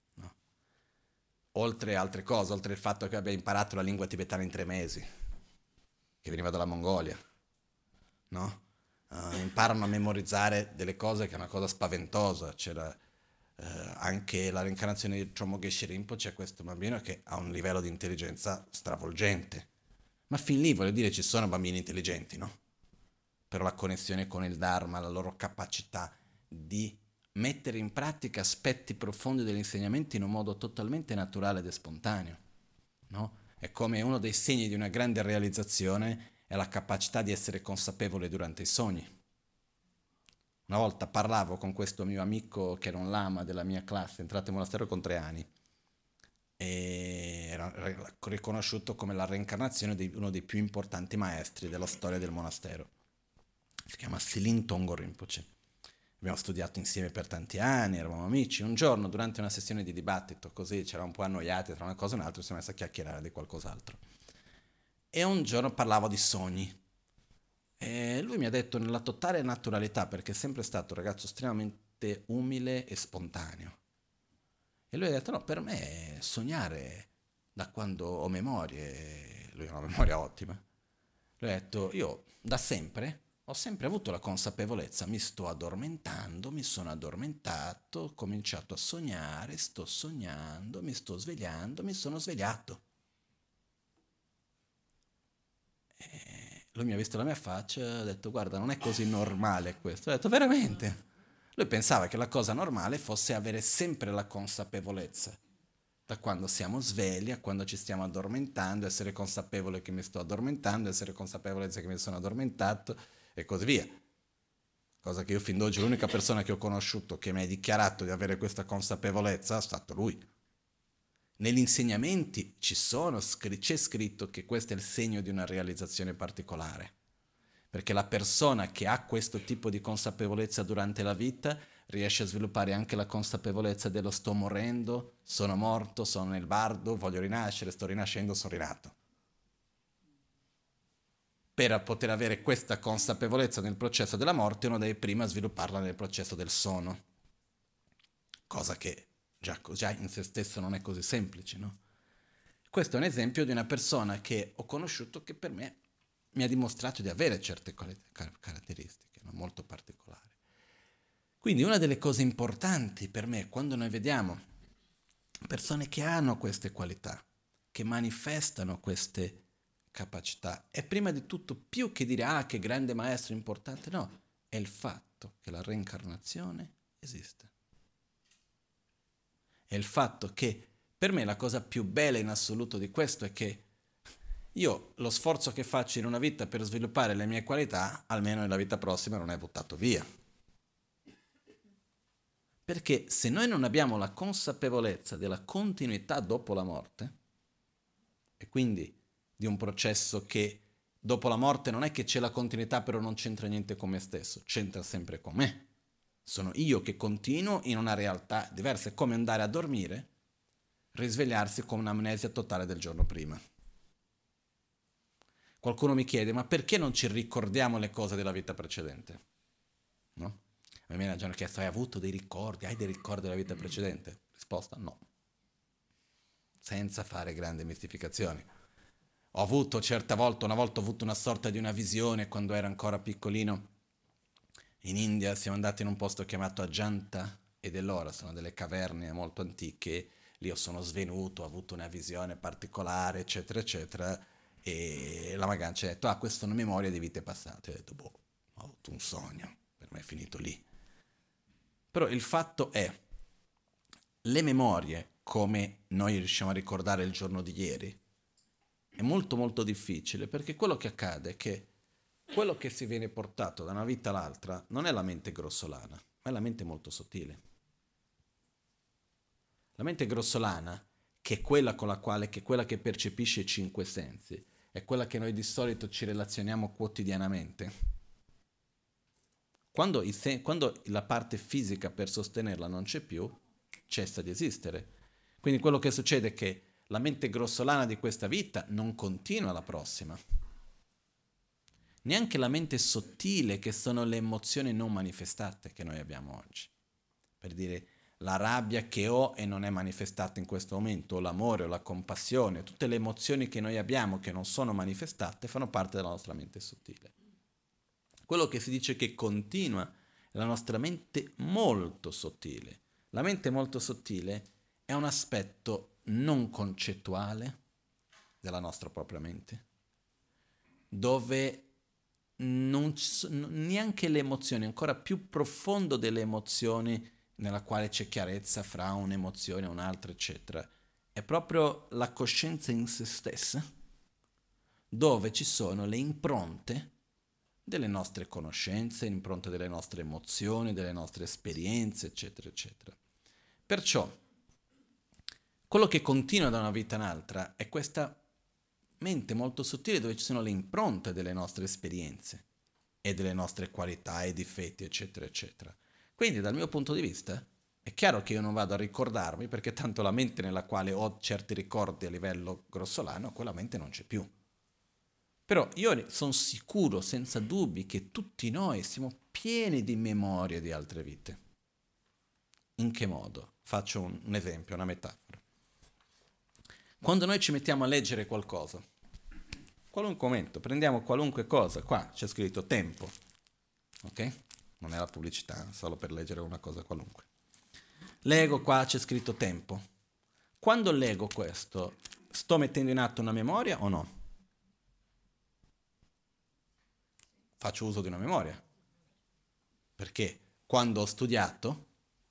Oltre altre cose, oltre il fatto che abbia imparato la lingua tibetana in tre mesi, che veniva dalla Mongolia, no? Uh, imparano a memorizzare delle cose che è una cosa spaventosa. C'era uh, anche la reincarnazione di Chomo Geshe Rinpoche, c'è questo bambino che ha un livello di intelligenza stravolgente. Ma fin lì, voglio dire, ci sono bambini intelligenti, no? Però la connessione con il Dharma, la loro capacità di mettere in pratica aspetti profondi degli insegnamenti in un modo totalmente naturale ed spontaneo, no? È come uno dei segni di una grande realizzazione è la capacità di essere consapevole durante i sogni. Una volta parlavo con questo mio amico che era un lama della mia classe, è entrato in monastero con tre anni, e era riconosciuto come la reincarnazione di uno dei più importanti maestri della storia del monastero. Si chiama Silin Tongo Rinpoche. Abbiamo studiato insieme per tanti anni, eravamo amici. Un giorno, durante una sessione di dibattito, così c'era un po' annoiati tra una cosa e un'altra, ci siamo messi a chiacchierare di qualcos'altro. E un giorno parlavo di sogni. E lui mi ha detto nella totale naturalità, perché è sempre stato un ragazzo estremamente umile e spontaneo. E lui ha detto, no, per me sognare da quando ho memorie, lui ha una memoria ottima. Lui ha detto, io da sempre ho sempre avuto la consapevolezza, mi sto addormentando, mi sono addormentato, ho cominciato a sognare, sto sognando, mi sto svegliando, mi sono svegliato. E lui mi ha visto la mia faccia e ha detto, guarda, non è così normale questo. Ho detto, veramente? Lui pensava che la cosa normale fosse avere sempre la consapevolezza. Da quando siamo svegli a quando ci stiamo addormentando, essere consapevole che mi sto addormentando, essere consapevole che mi sono addormentato e così via. Cosa che io fin d'oggi l'unica persona che ho conosciuto che mi ha dichiarato di avere questa consapevolezza è stato lui. Negli insegnamenti ci sono, c'è scritto che questo è il segno di una realizzazione particolare, perché la persona che ha questo tipo di consapevolezza durante la vita riesce a sviluppare anche la consapevolezza dello sto morendo, sono morto, sono nel bardo, voglio rinascere, sto rinascendo, sono rinato. Per poter avere questa consapevolezza nel processo della morte uno deve prima svilupparla nel processo del sonno, cosa che già, già in se stesso non è così semplice, no? Questo è un esempio di una persona che ho conosciuto che per me mi ha dimostrato di avere certe caratteristiche, no? Molto particolari. Quindi una delle cose importanti per me quando noi vediamo persone che hanno queste qualità, che manifestano queste capacità, è prima di tutto più che dire ah che grande maestro importante, no, è il fatto che la reincarnazione esiste. È il fatto che per me la cosa più bella in assoluto di questo è che io lo sforzo che faccio in una vita per sviluppare le mie qualità, almeno nella vita prossima, non è buttato via. Perché se noi non abbiamo la consapevolezza della continuità dopo la morte, e quindi di un processo che dopo la morte non è che c'è la continuità però non c'entra niente con me stesso, c'entra sempre con me. Sono io che continuo in una realtà diversa, è come andare a dormire, risvegliarsi con un'amnesia totale del giorno prima. Qualcuno mi chiede, ma perché non ci ricordiamo le cose della vita precedente? No? A me mi hanno chiesto, hai avuto dei ricordi, hai dei ricordi della vita precedente? Risposta, no. Senza fare grandi mistificazioni. Ho avuto certe volte, una volta ho avuto una sorta di una visione quando ero ancora piccolino. In India siamo andati in un posto chiamato Ajanta ed Ellora, sono delle caverne molto antiche, lì io sono svenuto, ho avuto una visione particolare, eccetera, eccetera, e la Magan ci ha detto, ah, questa è una memoria di vite passate. Ho detto, boh, ho avuto un sogno, per me è finito lì. Però il fatto è, le memorie, come noi riusciamo a ricordare il giorno di ieri, è molto molto difficile, perché quello che accade è che quello che si viene portato da una vita all'altra non è la mente grossolana, ma è la mente molto sottile. La mente grossolana, che è quella con la quale, che è quella che percepisce i cinque sensi, è quella che noi di solito ci relazioniamo quotidianamente. Quando, i sen- quando la parte fisica per sostenerla non c'è più, cessa di esistere. Quindi quello che succede è che la mente grossolana di questa vita non continua la prossima. Neanche la mente sottile, che sono le emozioni non manifestate che noi abbiamo oggi. Per dire, la rabbia che ho e non è manifestata in questo momento, o l'amore o la compassione, tutte le emozioni che noi abbiamo che non sono manifestate fanno parte della nostra mente sottile. Quello che si dice che continua è la nostra mente molto sottile. La mente molto sottile è un aspetto non concettuale della nostra propria mente, dove non ci sono neanche le emozioni, ancora più profondo delle emozioni nella quale c'è chiarezza fra un'emozione e un'altra, eccetera. È proprio la coscienza in se stessa, dove ci sono le impronte delle nostre conoscenze, impronte delle nostre emozioni, delle nostre esperienze, eccetera, eccetera. Perciò, quello che continua da una vita all'altra è questa mente molto sottile dove ci sono le impronte delle nostre esperienze e delle nostre qualità e difetti, eccetera, eccetera. Quindi, dal mio punto di vista, è chiaro che io non vado a ricordarmi, perché tanto la mente nella quale ho certi ricordi a livello grossolano, quella mente non c'è più. Però io sono sicuro, senza dubbi, che tutti noi siamo pieni di memorie di altre vite. In che modo? Faccio un, un esempio, una metafora. Quando noi ci mettiamo a leggere qualcosa, qualunque momento, prendiamo qualunque cosa, qua c'è scritto tempo, ok? Non è la pubblicità, solo per leggere una cosa qualunque. Leggo qua, c'è scritto tempo. Quando leggo questo, sto mettendo in atto una memoria o no? Faccio uso di una memoria. Perché quando ho studiato,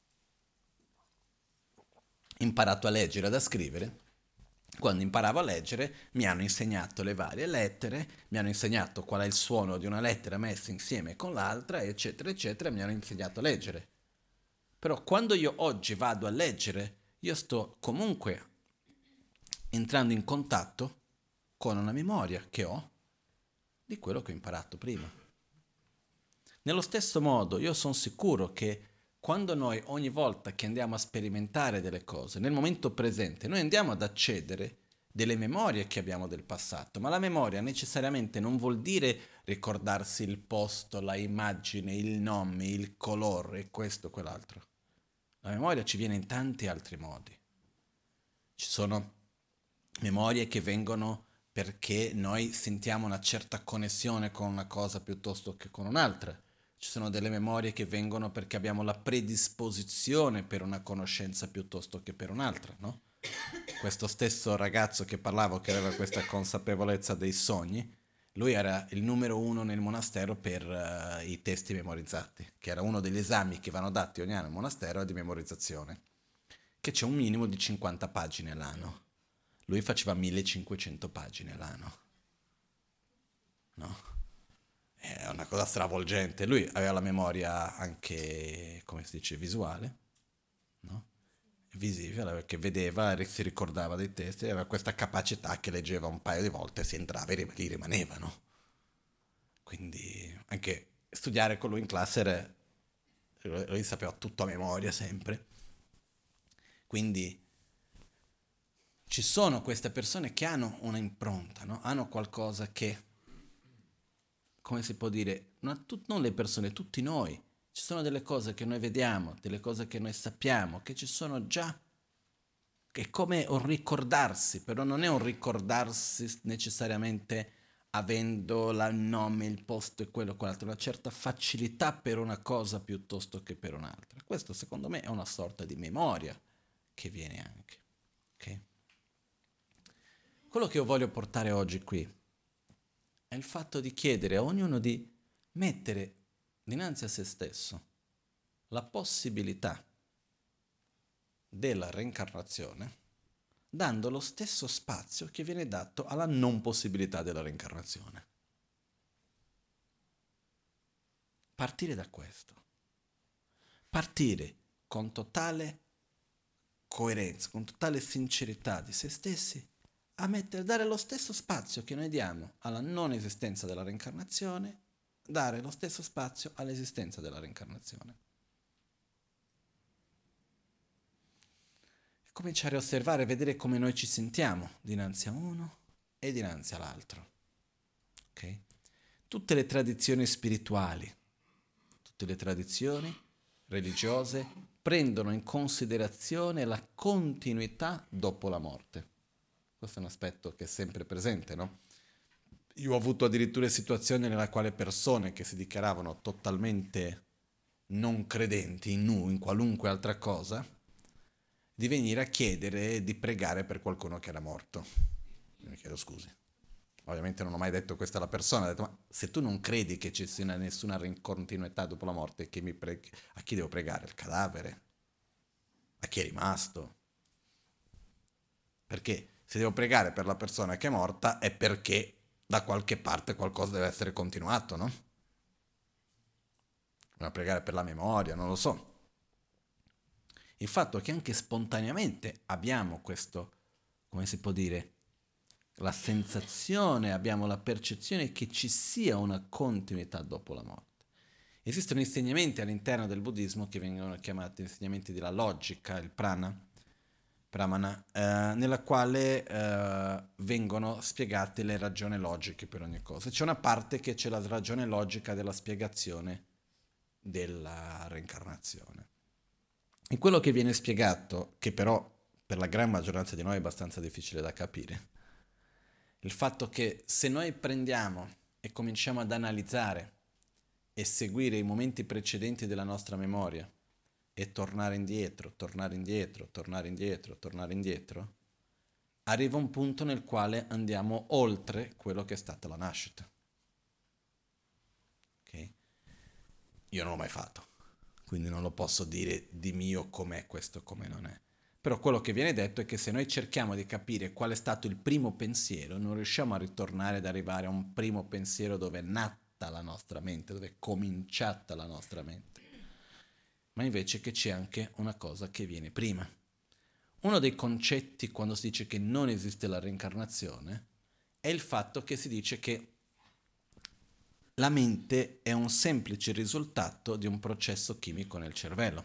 imparato a leggere, ad scrivere, quando imparavo a leggere mi hanno insegnato le varie lettere, mi hanno insegnato qual è il suono di una lettera messa insieme con l'altra, eccetera, eccetera, mi hanno insegnato a leggere. Però quando io oggi vado a leggere, io sto comunque entrando in contatto con una memoria che ho di quello che ho imparato prima. Nello stesso modo, io sono sicuro che quando noi ogni volta che andiamo a sperimentare delle cose, nel momento presente, noi andiamo ad accedere delle memorie che abbiamo del passato, ma la memoria necessariamente non vuol dire ricordarsi il posto, la immagine, il nome, il colore, questo o quell'altro. La memoria ci viene in tanti altri modi. Ci sono memorie che vengono perché noi sentiamo una certa connessione con una cosa piuttosto che con un'altra. Ci sono delle memorie che vengono perché abbiamo la predisposizione per una conoscenza piuttosto che per un'altra, no? Questo stesso ragazzo che parlavo, che aveva questa consapevolezza dei sogni, lui era il numero uno nel monastero per uh, i testi memorizzati, che era uno degli esami che vanno dati ogni anno al monastero di memorizzazione, che c'è un minimo di cinquanta pagine l'anno. Lui faceva millecinquecento pagine l'anno. No? È una cosa stravolgente. Lui aveva la memoria anche, come si dice, visuale, no? Visiva, perché vedeva e si ricordava dei testi, aveva questa capacità che leggeva un paio di volte, si entrava e lì rimaneva, no? Quindi anche studiare con lui in classe era, lui sapeva tutto a memoria sempre. Quindi ci sono queste persone che hanno una impronta, no? Hanno qualcosa che, come si può dire, non, tut, non le persone, tutti noi. Ci sono delle cose che noi vediamo, delle cose che noi sappiamo, che ci sono già, che è come un ricordarsi, però non è un ricordarsi necessariamente avendo il nome, il posto e quello o quell'altro, una certa facilità per una cosa piuttosto che per un'altra. Questo secondo me è una sorta di memoria che viene anche. Okay? Quello che io voglio portare oggi qui è il fatto di chiedere a ognuno di mettere dinanzi a se stesso la possibilità della reincarnazione, dando lo stesso spazio che viene dato alla non possibilità della reincarnazione. Partire da questo. Partire con totale coerenza, con totale sincerità di se stessi, a mettere, dare lo stesso spazio che noi diamo alla non esistenza della reincarnazione, dare lo stesso spazio all'esistenza della reincarnazione. Cominciare a osservare e vedere come noi ci sentiamo dinanzi a uno e dinanzi all'altro. Okay? Tutte le tradizioni spirituali, tutte le tradizioni religiose prendono in considerazione la continuità dopo la morte. Questo è un aspetto che è sempre presente, no? Io ho avuto addirittura situazioni nella quale persone che si dichiaravano totalmente non credenti in nu, in qualunque altra cosa, di venire a chiedere di pregare per qualcuno che era morto. Mi chiedo scusi. ovviamente non ho mai detto questo alla persona, ho detto, ma se tu non credi che ci sia nessuna continuità dopo la morte, che mi pre- a chi devo pregare? Il cadavere? A chi è rimasto? Perché se devo pregare per la persona che è morta è perché da qualche parte qualcosa deve essere continuato, no? Devo pregare per la memoria, non lo so. Il fatto è che anche spontaneamente abbiamo questo, come si può dire, la sensazione, abbiamo la percezione che ci sia una continuità dopo la morte. Esistono insegnamenti all'interno del buddismo che vengono chiamati insegnamenti della logica, il prana, pramana, eh, nella quale eh, vengono spiegate le ragioni logiche per ogni cosa. C'è una parte che c'è la ragione logica della spiegazione della reincarnazione. E quello che viene spiegato, che però per la gran maggioranza di noi è abbastanza difficile da capire, il fatto che se noi prendiamo e cominciamo ad analizzare e seguire i momenti precedenti della nostra memoria e tornare indietro, tornare indietro, tornare indietro, tornare indietro, arriva un punto nel quale andiamo oltre quello che è stata la nascita. Okay? Io non l'ho mai fatto, quindi non lo posso dire di mio com'è questo, come non è. Però quello che viene detto è che se noi cerchiamo di capire qual è stato il primo pensiero, non riusciamo a ritornare ad arrivare a un primo pensiero dove è nata la nostra mente, dove è cominciata la nostra mente, ma invece che c'è anche una cosa che viene prima. Uno dei concetti quando si dice che non esiste la reincarnazione è il fatto che si dice che la mente è un semplice risultato di un processo chimico nel cervello.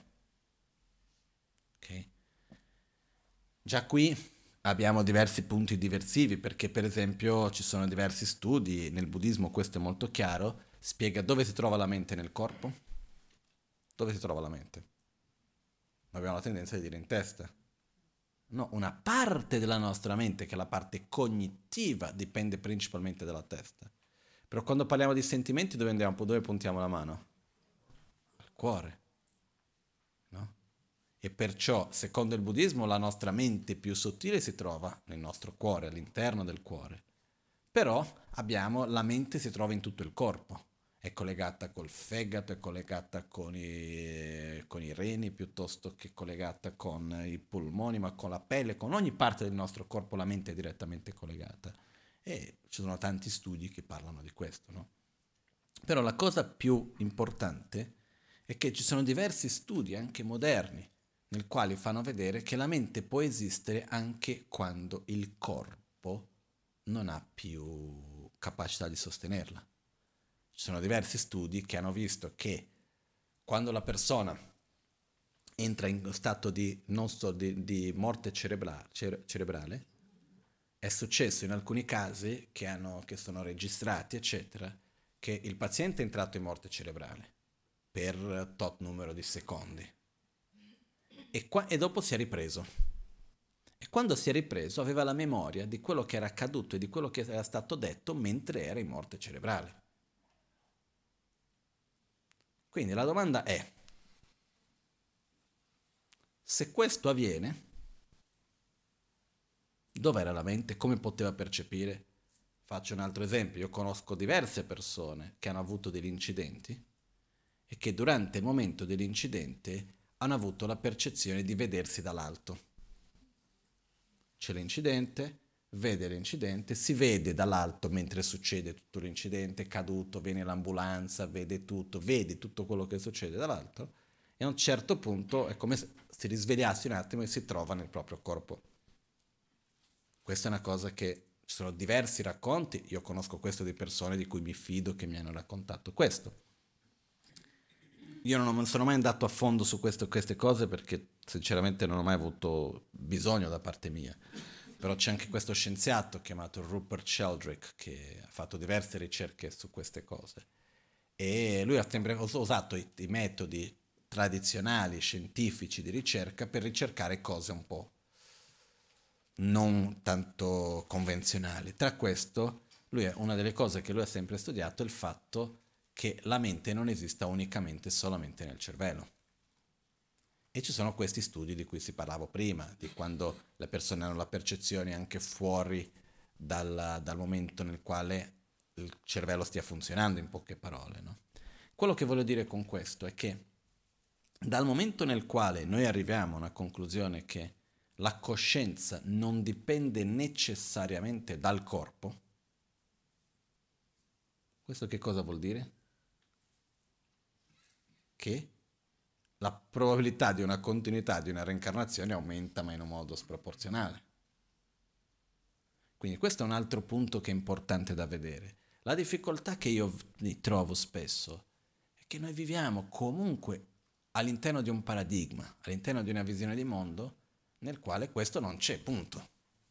Ok? Già qui abbiamo diversi punti diversivi perché per esempio ci sono diversi studi, nel buddismo questo è molto chiaro, spiega dove si trova la mente nel corpo, dove si trova la mente. Abbiamo la tendenza di dire in testa. No, una parte della nostra mente, che è la parte cognitiva, dipende principalmente dalla testa. Però quando parliamo di sentimenti dove andiamo? Dove puntiamo la mano? Al cuore, no? E perciò, secondo il buddismo, la nostra mente più sottile si trova nel nostro cuore, all'interno del cuore. Però abbiamo, la mente si trova in tutto il corpo. È collegata col fegato, è collegata con i, con i reni piuttosto che collegata con i polmoni, ma con la pelle, con ogni parte del nostro corpo la mente è direttamente collegata. E ci sono tanti studi che parlano di questo, no? Però la cosa più importante è che ci sono diversi studi, anche moderni, nel quali fanno vedere che la mente può esistere anche quando il corpo non ha più capacità di sostenerla. Ci sono diversi studi che hanno visto che quando la persona entra in stato di, non so, di, di morte cerebra- cere- cerebrale, è successo in alcuni casi che, hanno, che sono registrati, eccetera, che il paziente è entrato in morte cerebrale per tot numero di secondi e, qua, e dopo si è ripreso. E quando si è ripreso aveva la memoria di quello che era accaduto e di quello che era stato detto mentre era in morte cerebrale. Quindi la domanda è, se questo avviene, dov'era la mente? Come poteva percepire? Faccio un altro esempio, io conosco diverse persone che hanno avuto degli incidenti e che durante il momento dell'incidente hanno avuto la percezione di vedersi dall'alto. C'è l'incidente, vede l'incidente, si vede dall'alto mentre succede tutto l'incidente, è caduto, viene l'ambulanza, vede tutto, vede tutto quello che succede dall'alto e a un certo punto è come se si risvegliasse un attimo e si trova nel proprio corpo. Questa è una cosa che ci sono diversi racconti, io conosco questo di persone di cui mi fido che mi hanno raccontato questo. Io non sono mai andato a fondo su questo, queste cose perché sinceramente non ho mai avuto bisogno da parte mia. Però c'è anche questo scienziato chiamato Rupert Sheldrake che ha fatto diverse ricerche su queste cose. E lui ha sempre usato i, i metodi tradizionali, scientifici di ricerca per ricercare cose un po' non tanto convenzionali. Tra questo, lui è, una delle cose che lui ha sempre studiato è il fatto che la mente non esista unicamente solamente nel cervello. E ci sono questi studi di cui si parlava prima, di quando le persone hanno la percezione anche fuori dal, dal momento nel quale il cervello stia funzionando, in poche parole, no? Quello che voglio dire con questo è che dal momento nel quale noi arriviamo a una conclusione che la coscienza non dipende necessariamente dal corpo, questo che cosa vuol dire? Che la probabilità di una continuità, di una reincarnazione aumenta ma in un modo sproporzionale. Quindi questo è un altro punto che è importante da vedere. La difficoltà che io trovo spesso è che noi viviamo comunque all'interno di un paradigma, all'interno di una visione di mondo nel quale questo non c'è, punto.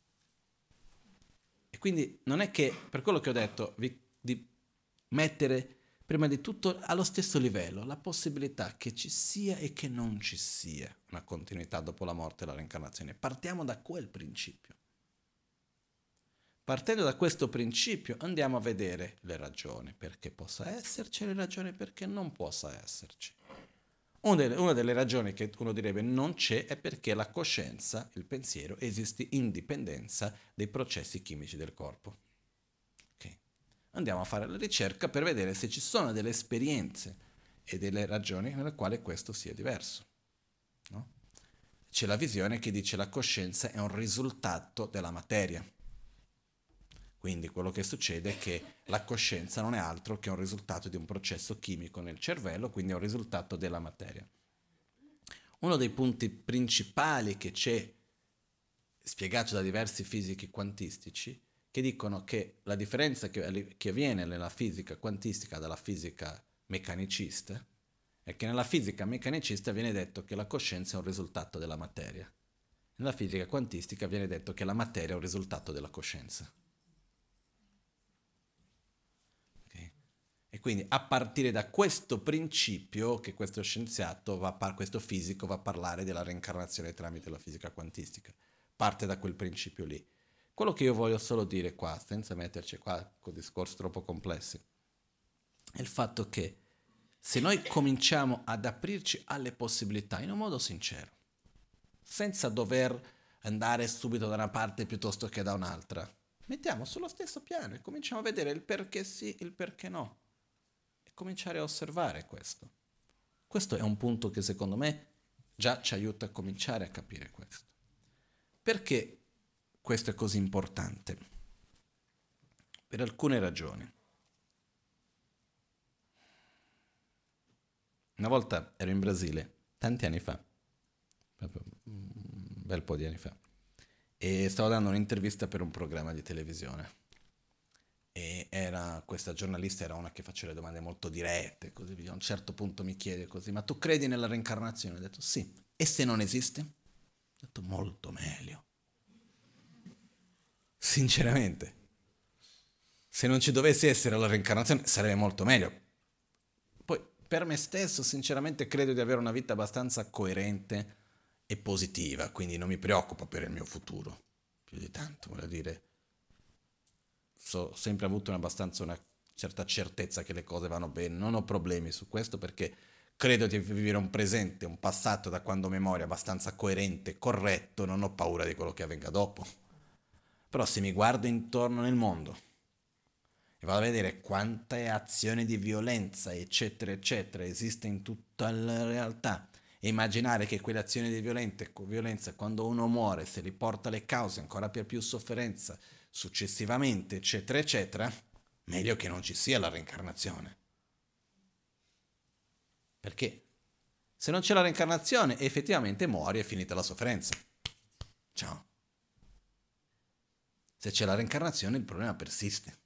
E quindi non è che, per quello che ho detto, vi, di mettere prima di tutto allo stesso livello la possibilità che ci sia e che non ci sia una continuità dopo la morte e la reincarnazione. Partiamo da quel principio. Partendo da questo principio andiamo a vedere le ragioni perché possa esserci e le ragioni perché non possa esserci. Una delle, una delle ragioni che uno direbbe non c'è è perché la coscienza, il pensiero, esiste in dipendenza dei processi chimici del corpo. Okay. Andiamo a fare la ricerca per vedere se ci sono delle esperienze e delle ragioni nelle quali questo sia diverso. No? C'è la visione che dice la coscienza è un risultato della materia. Quindi quello che succede è che la coscienza non è altro che un risultato di un processo chimico nel cervello, quindi è un risultato della materia. Uno dei punti principali che c'è, spiegato da diversi fisici quantistici, che dicono che la differenza che, che avviene nella fisica quantistica dalla fisica meccanicista è che nella fisica meccanicista viene detto che la coscienza è un risultato della materia. Nella fisica quantistica viene detto che la materia è un risultato della coscienza. E quindi a partire da questo principio che questo scienziato, va a par- questo fisico va a parlare della reincarnazione tramite la fisica quantistica. Parte da quel principio lì. Quello che io voglio solo dire qua, senza metterci qua con discorsi troppo complessi, è il fatto che se noi cominciamo ad aprirci alle possibilità in un modo sincero, senza dover andare subito da una parte piuttosto che da un'altra, mettiamo sullo stesso piano e cominciamo a vedere il perché sì, il perché no. Cominciare a osservare questo. Questo è un punto che secondo me già ci aiuta a cominciare a capire questo. Perché questo è così importante? Per alcune ragioni. Una volta ero in Brasile, tanti anni fa, proprio un bel po' di anni fa, e stavo dando un'intervista per un programma di televisione. E era, questa giornalista era una che faceva le domande molto dirette, così via. A un certo punto mi chiede così, ma tu credi nella reincarnazione? Ho detto sì. E se non esiste? Ho detto molto meglio. Sinceramente. Se non ci dovesse essere la reincarnazione sarebbe molto meglio. Poi per me stesso sinceramente credo di avere una vita abbastanza coerente e positiva, quindi non mi preoccupo per il mio futuro. Più di tanto, voglio dire. So, ho sempre avuto una, abbastanza una certa certezza che le cose vanno bene, non ho problemi su questo perché credo di vivere un presente, un passato da quando ho memoria abbastanza coerente, corretto, non ho paura di quello che avvenga dopo. Però se mi guardo intorno nel mondo e vado a vedere quante azioni di violenza, eccetera, eccetera, esiste in tutta la realtà, e immaginare che quelle azioni di violenza, quando uno muore, se li porta alle cause, ancora per più sofferenza, successivamente, eccetera, eccetera, meglio che non ci sia la reincarnazione. Perché se non c'è la reincarnazione, effettivamente muori e è finita la sofferenza. Ciao. Se c'è la reincarnazione, il problema persiste.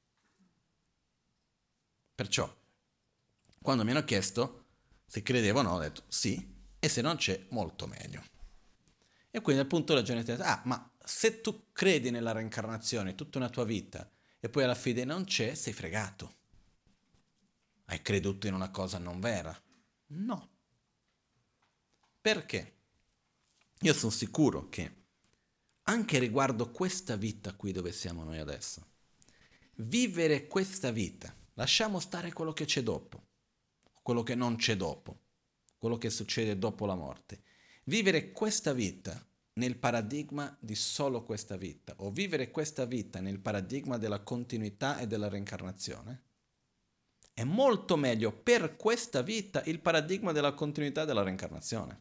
Perciò, quando mi hanno chiesto se credevo o no, ho detto sì, e se non c'è, molto meglio. E quindi al punto la gente dice, ah, ma se tu credi nella reincarnazione tutta una tua vita e poi alla fine non c'è, sei fregato. Hai creduto in una cosa non vera. No. Perché? Io sono sicuro che anche riguardo questa vita qui dove siamo noi adesso, vivere questa vita, lasciamo stare quello che c'è dopo, quello che non c'è dopo, quello che succede dopo la morte. Vivere questa vita nel paradigma di solo questa vita o vivere questa vita nel paradigma della continuità e della reincarnazione, è molto meglio per questa vita il paradigma della continuità e della reincarnazione.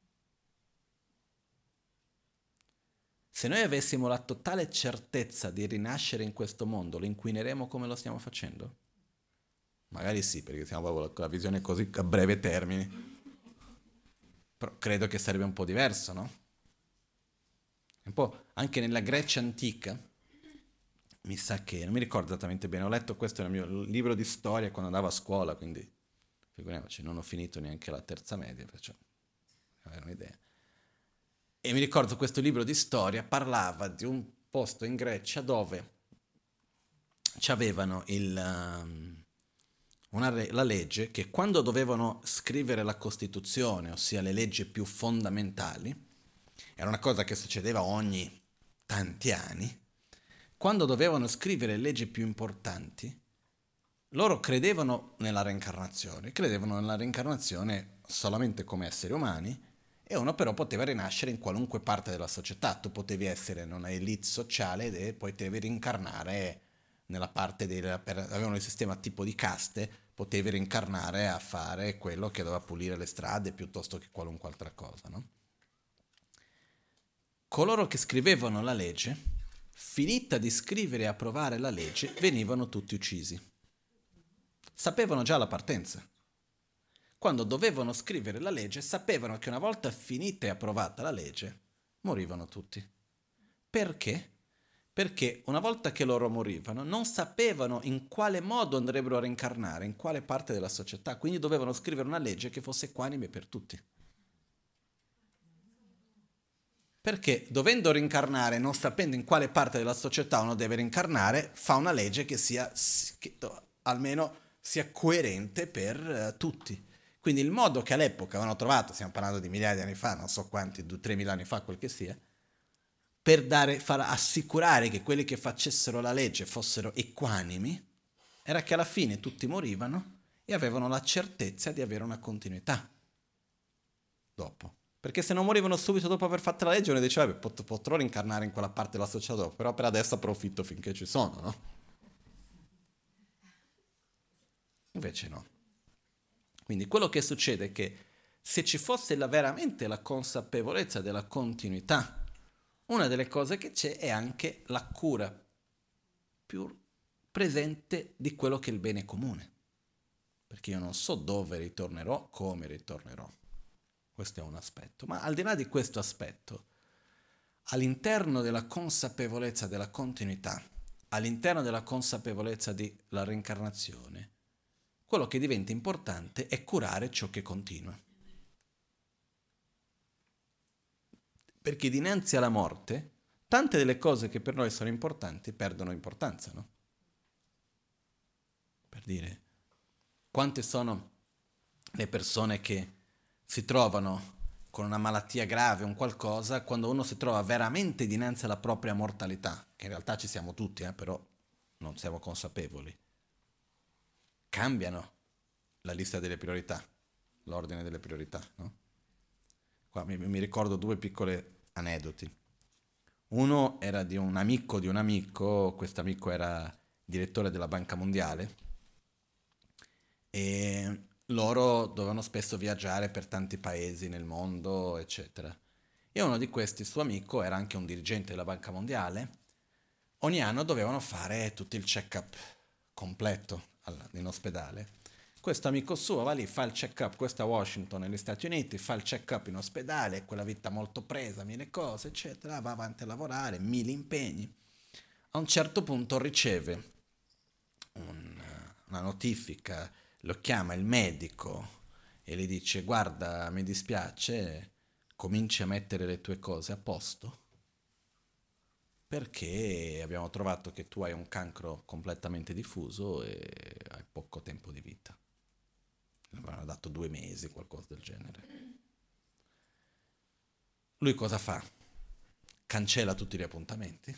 Se noi avessimo la totale certezza di rinascere in questo mondo, lo inquineremo come lo stiamo facendo? Magari sì, perché siamo proprio con la visione così a breve termine. Però credo che sarebbe un po' diverso, no? Un po' anche nella Grecia antica, mi sa che, non mi ricordo esattamente bene, ho letto questo nel mio libro di storia quando andavo a scuola, quindi figuriamoci, non ho finito neanche la terza media, perciò avere un'idea. E mi ricordo questo libro di storia parlava di un posto in Grecia dove c'avevano il, um, una, la legge che quando dovevano scrivere la Costituzione, ossia le leggi più fondamentali, era una cosa che succedeva ogni tanti anni, quando dovevano scrivere le leggi più importanti, loro credevano nella reincarnazione, credevano nella reincarnazione solamente come esseri umani, e uno però poteva rinascere in qualunque parte della società. Tu potevi essere in una elite sociale e poi potevi rincarnare nella parte della... Per, avevano il sistema tipo di caste, potevi rincarnare a fare quello che doveva pulire le strade piuttosto che qualunque altra cosa, no? Coloro che scrivevano la legge, finita di scrivere e approvare la legge, venivano tutti uccisi. Sapevano già la partenza. Quando dovevano scrivere la legge, sapevano che una volta finita e approvata la legge, morivano tutti. Perché? Perché una volta che loro morivano, non sapevano in quale modo andrebbero a reincarnare, in quale parte della società, quindi dovevano scrivere una legge che fosse equanime per tutti. Perché dovendo rincarnare, non sapendo in quale parte della società uno deve rincarnare, fa una legge che sia, che almeno sia coerente per uh, tutti. Quindi il modo che all'epoca avevano trovato, stiamo parlando di migliaia di anni fa, non so quanti, due tre mila anni fa, quel che sia, per dare, far assicurare che quelli che facessero la legge fossero equanimi, era che alla fine tutti morivano e avevano la certezza di avere una continuità dopo. Perché se non morivano subito dopo aver fatto la legge, uno diceva, beh, pot- potrò rincarnare in quella parte della società dopo, però per adesso approfitto finché ci sono, no? Invece no. Quindi quello che succede è che se ci fosse la, veramente la consapevolezza della continuità, una delle cose che c'è è anche la cura più presente di quello che è il bene comune. Perché io non so dove ritornerò, come ritornerò. Questo è un aspetto. Ma al di là di questo aspetto, all'interno della consapevolezza della continuità, all'interno della consapevolezza della reincarnazione, quello che diventa importante è curare ciò che continua. Perché dinanzi alla morte, tante delle cose che per noi sono importanti perdono importanza, no? Per dire, quante sono le persone che si trovano con una malattia grave, un qualcosa, quando uno si trova veramente dinanzi alla propria mortalità, che in realtà ci siamo tutti, eh, però non siamo consapevoli, cambiano la lista delle priorità, l'ordine delle priorità, no? Qua mi, mi ricordo due piccole aneddoti. Uno era di un amico di un amico, questo amico era direttore della Banca Mondiale e loro dovevano spesso viaggiare per tanti paesi nel mondo, eccetera. E uno di questi, suo amico, era anche un dirigente della Banca Mondiale. Ogni anno dovevano fare tutto il check-up completo in ospedale. Questo amico suo va lì, fa il check-up, questo a Washington negli Stati Uniti, fa il check-up in ospedale, quella vita molto presa, mille cose, eccetera, va avanti a lavorare, mille impegni. A un certo punto riceve un, una notifica, lo chiama il medico e gli dice: guarda, mi dispiace, cominci a mettere le tue cose a posto, perché abbiamo trovato che tu hai un cancro completamente diffuso e hai poco tempo di vita. Avevano dato due mesi, qualcosa del genere. Lui cosa fa? Cancella tutti gli appuntamenti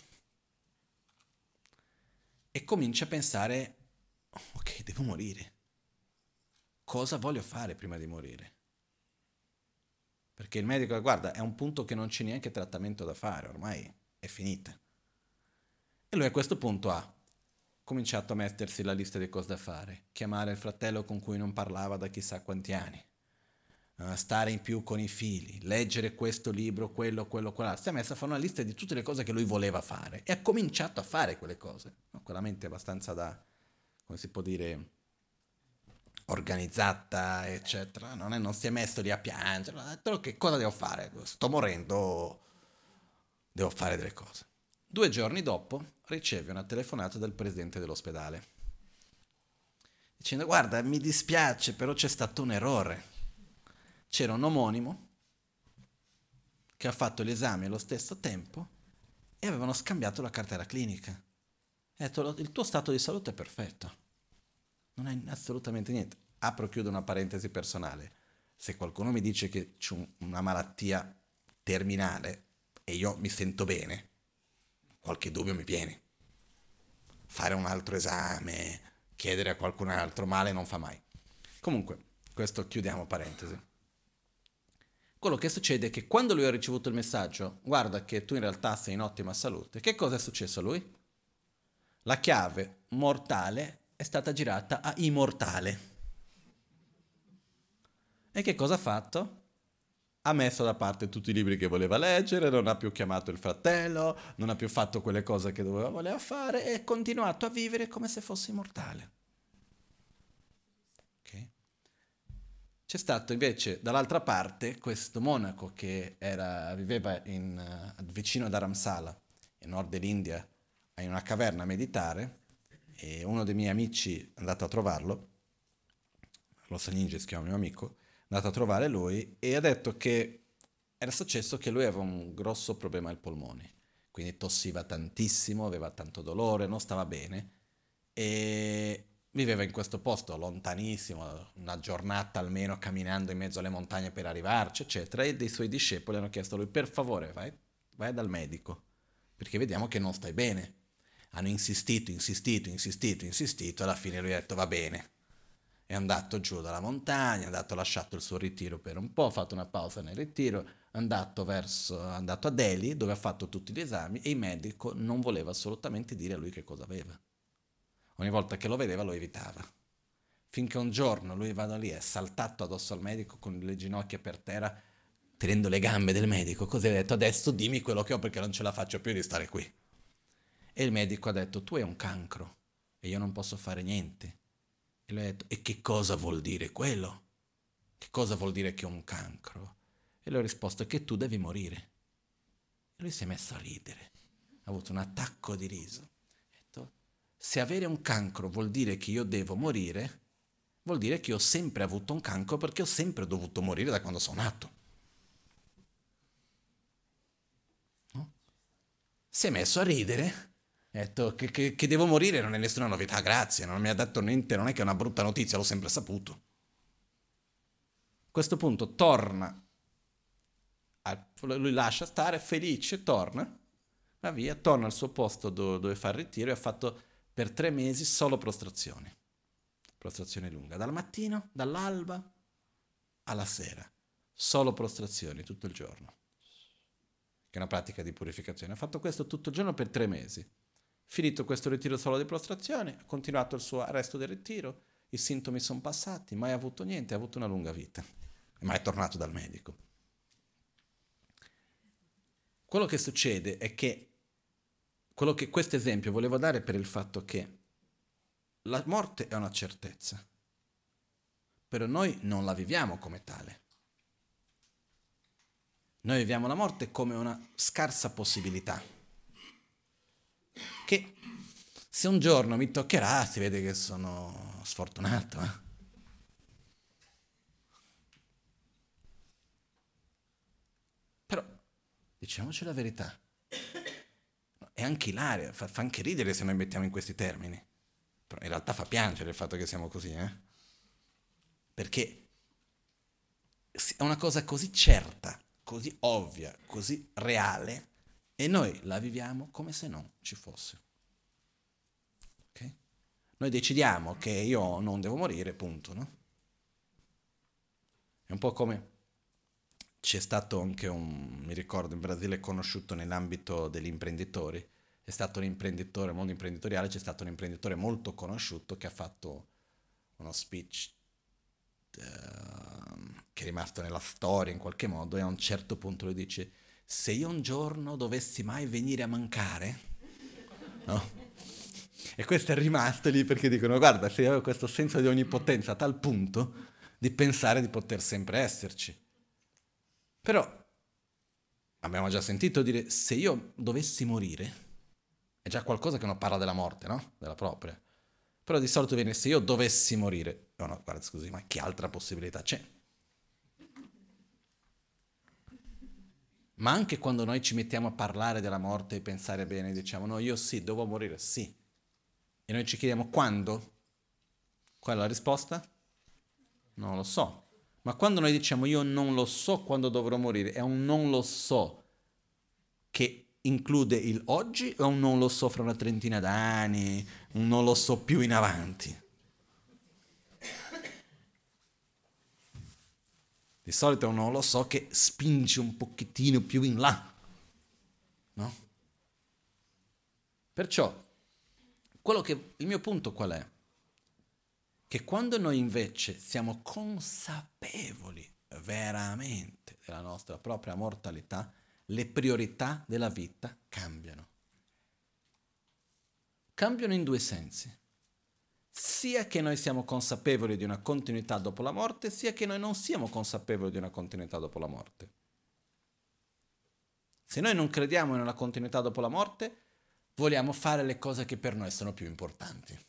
e comincia a pensare: ok, devo morire. Cosa voglio fare prima di morire? Perché il medico, guarda, è un punto che non c'è neanche trattamento da fare, ormai è finita. E lui a questo punto ha cominciato a mettersi la lista di cose da fare, chiamare il fratello con cui non parlava da chissà quanti anni, eh, stare in più con i figli, leggere questo libro, quello, quello, quell'altro. Si è messo a fare una lista di tutte le cose che lui voleva fare e ha cominciato a fare quelle cose. No? Quella mente abbastanza da, come si può dire, organizzata, eccetera. Non, è, non si è messo lì a piangere, ha detto che cosa devo fare? Sto morendo, devo fare delle cose. Due giorni dopo riceve una telefonata dal presidente dell'ospedale dicendo guarda mi dispiace però c'è stato un errore, c'era un omonimo che ha fatto gli esami allo stesso tempo e avevano scambiato la cartella clinica. Ha detto il tuo stato di salute è perfetto, non hai assolutamente niente. Apro e chiudo una parentesi personale, se qualcuno mi dice che c'è una malattia terminale e io mi sento bene, qualche dubbio mi viene. Fare un altro esame, chiedere a qualcun altro, male non fa mai. Comunque, questo chiudiamo parentesi. Quello che succede è che quando lui ha ricevuto il messaggio, guarda che tu in realtà sei in ottima salute, che cosa è successo a lui? La chiave mortale è stata girata a immortale. E che cosa ha fatto? Ha messo da parte tutti i libri che voleva leggere, non ha più chiamato il fratello, non ha più fatto quelle cose che doveva, voleva fare e ha continuato a vivere come se fosse immortale. Okay? C'è stato invece dall'altra parte questo monaco che era, viveva in, uh, vicino ad Aramsala, in nord dell'India, in una caverna a meditare e uno dei miei amici è andato a trovarlo, Los Ninja si chiama mio amico, è andato a trovare lui e ha detto che era successo che lui aveva un grosso problema ai polmoni, quindi tossiva tantissimo, aveva tanto dolore, non stava bene e viveva in questo posto lontanissimo, una giornata almeno camminando in mezzo alle montagne per arrivarci, eccetera, e dei suoi discepoli hanno chiesto a lui per favore vai, vai dal medico perché vediamo che non stai bene. Hanno insistito, insistito, insistito, insistito, alla fine lui ha detto va bene. È andato giù dalla montagna, è andato, ha lasciato il suo ritiro per un po', ha fatto una pausa nel ritiro, è andato, verso, è andato a Delhi dove ha fatto tutti gli esami e il medico non voleva assolutamente dire a lui che cosa aveva. Ogni volta che lo vedeva lo evitava. Finché un giorno lui va da lì, è saltato addosso al medico con le ginocchia per terra, tenendo le gambe del medico, così ha detto adesso dimmi quello che ho perché non ce la faccio più di stare qui. E il medico ha detto tu hai un cancro e io non posso fare niente. E lui ha detto e che cosa vuol dire quello? Che cosa vuol dire che ho un cancro? E lui ha risposto che tu devi morire. E lui si è messo a ridere, ha avuto un attacco di riso. Ha detto se avere un cancro vuol dire che io devo morire, vuol dire che ho sempre avuto un cancro perché ho sempre dovuto morire da quando sono nato. No? Si è messo a ridere. Ha detto che, che, che devo morire non è nessuna novità, grazie, non mi ha detto niente, non è che è una brutta notizia, l'ho sempre saputo. A questo punto torna, lui lascia stare, felice, torna, va via, torna al suo posto dove, dove fa il ritiro e ha fatto per tre mesi solo prostrazioni. Prostrazione lunga, dal mattino, dall'alba alla sera, solo prostrazioni tutto il giorno, che è una pratica di purificazione. Ha fatto questo tutto il giorno per tre mesi. Finito questo ritiro solo di prostrazione, ha continuato il suo resto del ritiro, i sintomi sono passati, mai avuto niente, ha avuto una lunga vita, ma è tornato dal medico. Quello che succede è che, quello che questo esempio volevo dare per il fatto che la morte è una certezza, però noi non la viviamo come tale. Noi viviamo la morte come una scarsa possibilità, che se un giorno mi toccherà si vede che sono sfortunato. Eh? Però diciamoci la verità, è anche ilaria, fa, fa anche ridere se noi mettiamo in questi termini, però in realtà fa piangere il fatto che siamo così, eh? Perché è una cosa così certa, così ovvia, così reale, e noi la viviamo come se non ci fosse. Okay? Noi decidiamo che io non devo morire, punto, no? È un po' come c'è stato anche un, mi ricordo, in Brasile è conosciuto nell'ambito degli imprenditori, è stato un imprenditore, mondo imprenditoriale, c'è stato un imprenditore molto conosciuto che ha fatto uno speech ehm, che è rimasto nella storia in qualche modo e a un certo punto lui dice: se io un giorno dovessi mai venire a mancare, no? E questo è rimasto lì perché dicono: guarda, se io ho questo senso di onnipotenza a tal punto di pensare di poter sempre esserci. Però abbiamo già sentito dire: se io dovessi morire, è già qualcosa che non parla della morte, no? Della propria. Però di solito viene: se io dovessi morire, no, no, guarda, scusi, ma che altra possibilità c'è? Ma anche quando noi ci mettiamo a parlare della morte e pensare bene, diciamo: no, io sì, devo morire, sì. E noi ci chiediamo quando? Qual è la risposta? Non lo so. Ma quando noi diciamo io non lo so quando dovrò morire, è un non lo so che include il oggi o un non lo so fra una trentina d'anni, un non lo so più in avanti? Di solito è un non lo so che spinge un pochettino più in là, no? Perciò, quello che, il mio punto qual è? Che quando noi invece siamo consapevoli veramente della nostra propria mortalità, le priorità della vita cambiano. Cambiano in due sensi. Sia che noi siamo consapevoli di una continuità dopo la morte, sia che noi non siamo consapevoli di una continuità dopo la morte. Se noi non crediamo in una continuità dopo la morte, vogliamo fare le cose che per noi sono più importanti.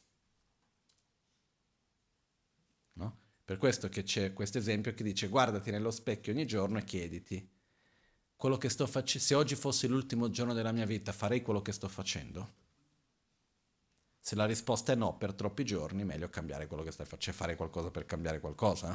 No? Per questo che c'è questo esempio che dice: guardati nello specchio ogni giorno e chiediti: quello che sto facendo, se oggi fosse l'ultimo giorno della mia vita, farei quello che sto facendo? Se la risposta è no per troppi giorni, meglio cambiare quello che stai facendo, fare qualcosa per cambiare qualcosa.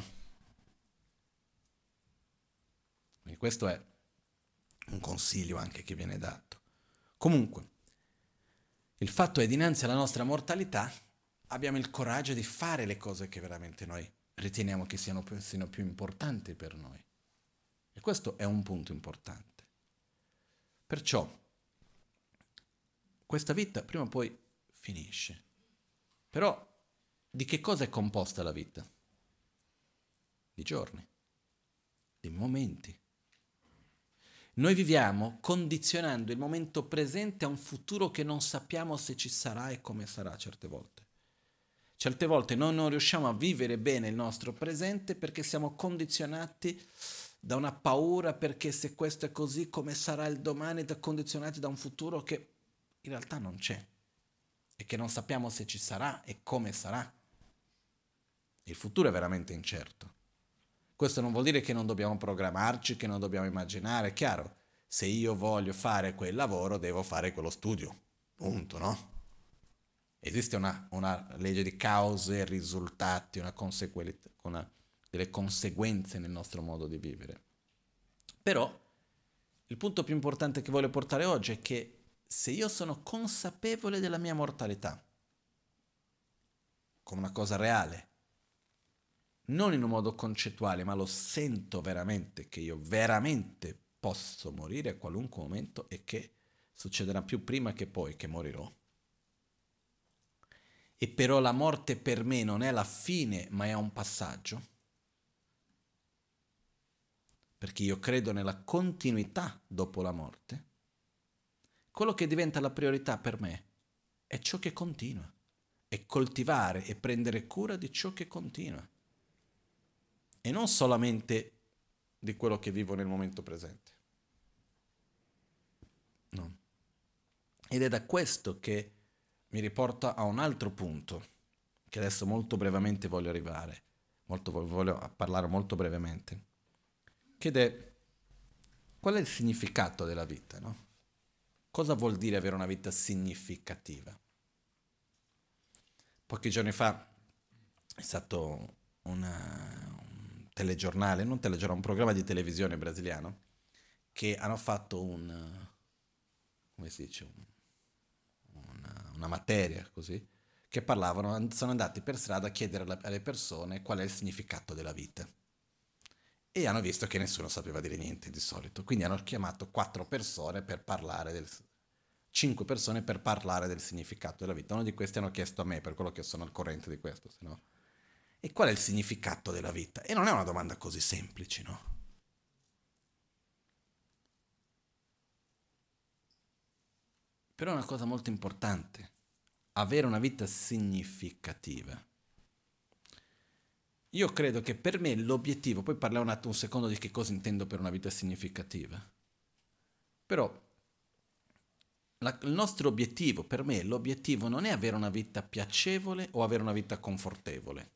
Quindi questo è un consiglio anche che viene dato. Comunque, il fatto è, dinanzi alla nostra mortalità, abbiamo il coraggio di fare le cose che veramente noi riteniamo che siano più, siano più importanti per noi. E questo è un punto importante. Perciò, questa vita prima o poi finisce. Però, di che cosa è composta la vita? Di giorni, di momenti. Noi viviamo condizionando il momento presente a un futuro che non sappiamo se ci sarà e come sarà certe volte. Certe volte noi non riusciamo a vivere bene il nostro presente perché siamo condizionati da una paura, perché se questo è così, come sarà il domani, da condizionati da un futuro che in realtà non c'è e che non sappiamo se ci sarà e come sarà. Il futuro è veramente incerto. Questo non vuol dire che non dobbiamo programmarci, che non dobbiamo immaginare. È chiaro, se io voglio fare quel lavoro, devo fare quello studio. Punto, no? Esiste una, una legge di cause e risultati, una conseguenza, una, delle conseguenze nel nostro modo di vivere. Però il punto più importante che voglio portare oggi è che se io sono consapevole della mia mortalità, come una cosa reale, non in un modo concettuale, ma lo sento veramente che io veramente posso morire a qualunque momento e che succederà più prima che poi che morirò. E però la morte per me non è la fine, ma è un passaggio. Perché io credo nella continuità dopo la morte. Quello che diventa la priorità per me è ciò che continua. È coltivare e prendere cura di ciò che continua. E non solamente di quello che vivo nel momento presente. No. Ed è da questo che mi riporta a un altro punto, che adesso molto brevemente voglio arrivare, molto, voglio parlare molto brevemente, che è: qual è il significato della vita, no? Cosa vuol dire avere una vita significativa? Pochi giorni fa è stato una, un telegiornale, non un telegiornale, un programma di televisione brasiliano, che hanno fatto un, come si dice, un, una, una materia così, che parlavano, sono andati per strada a chiedere alle persone qual è il significato della vita. e hanno visto che nessuno sapeva dire niente di solito. Quindi hanno chiamato quattro persone per parlare del... cinque persone per parlare del significato della vita. Uno di questi hanno chiesto a me, per quello che sono al corrente di questo, se no. E qual è il significato della vita? E non è una domanda così semplice, no? Però è una cosa molto importante, avere una vita significativa. Io credo che per me l'obiettivo, poi parliamo un attimo un secondo di che cosa intendo per una vita significativa, però la, il nostro obiettivo, per me l'obiettivo non è avere una vita piacevole o avere una vita confortevole,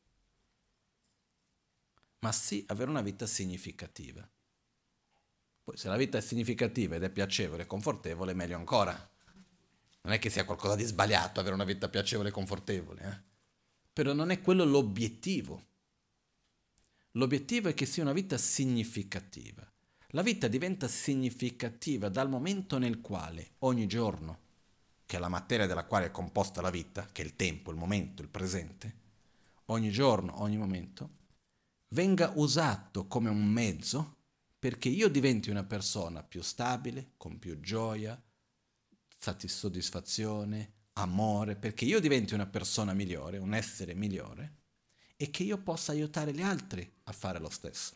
ma sì avere una vita significativa. Poi se la vita è significativa ed è piacevole e confortevole, meglio ancora. Non è che sia qualcosa di sbagliato avere una vita piacevole e confortevole, eh? Però non è quello l'obiettivo. L'obiettivo è che sia una vita significativa. La vita diventa significativa dal momento nel quale ogni giorno, che è la materia della quale è composta la vita, che è il tempo, il momento, il presente, ogni giorno, ogni momento, venga usato come un mezzo perché io diventi una persona più stabile, con più gioia, soddisfazione, amore, perché io diventi una persona migliore, un essere migliore, e che io possa aiutare gli altri a fare lo stesso.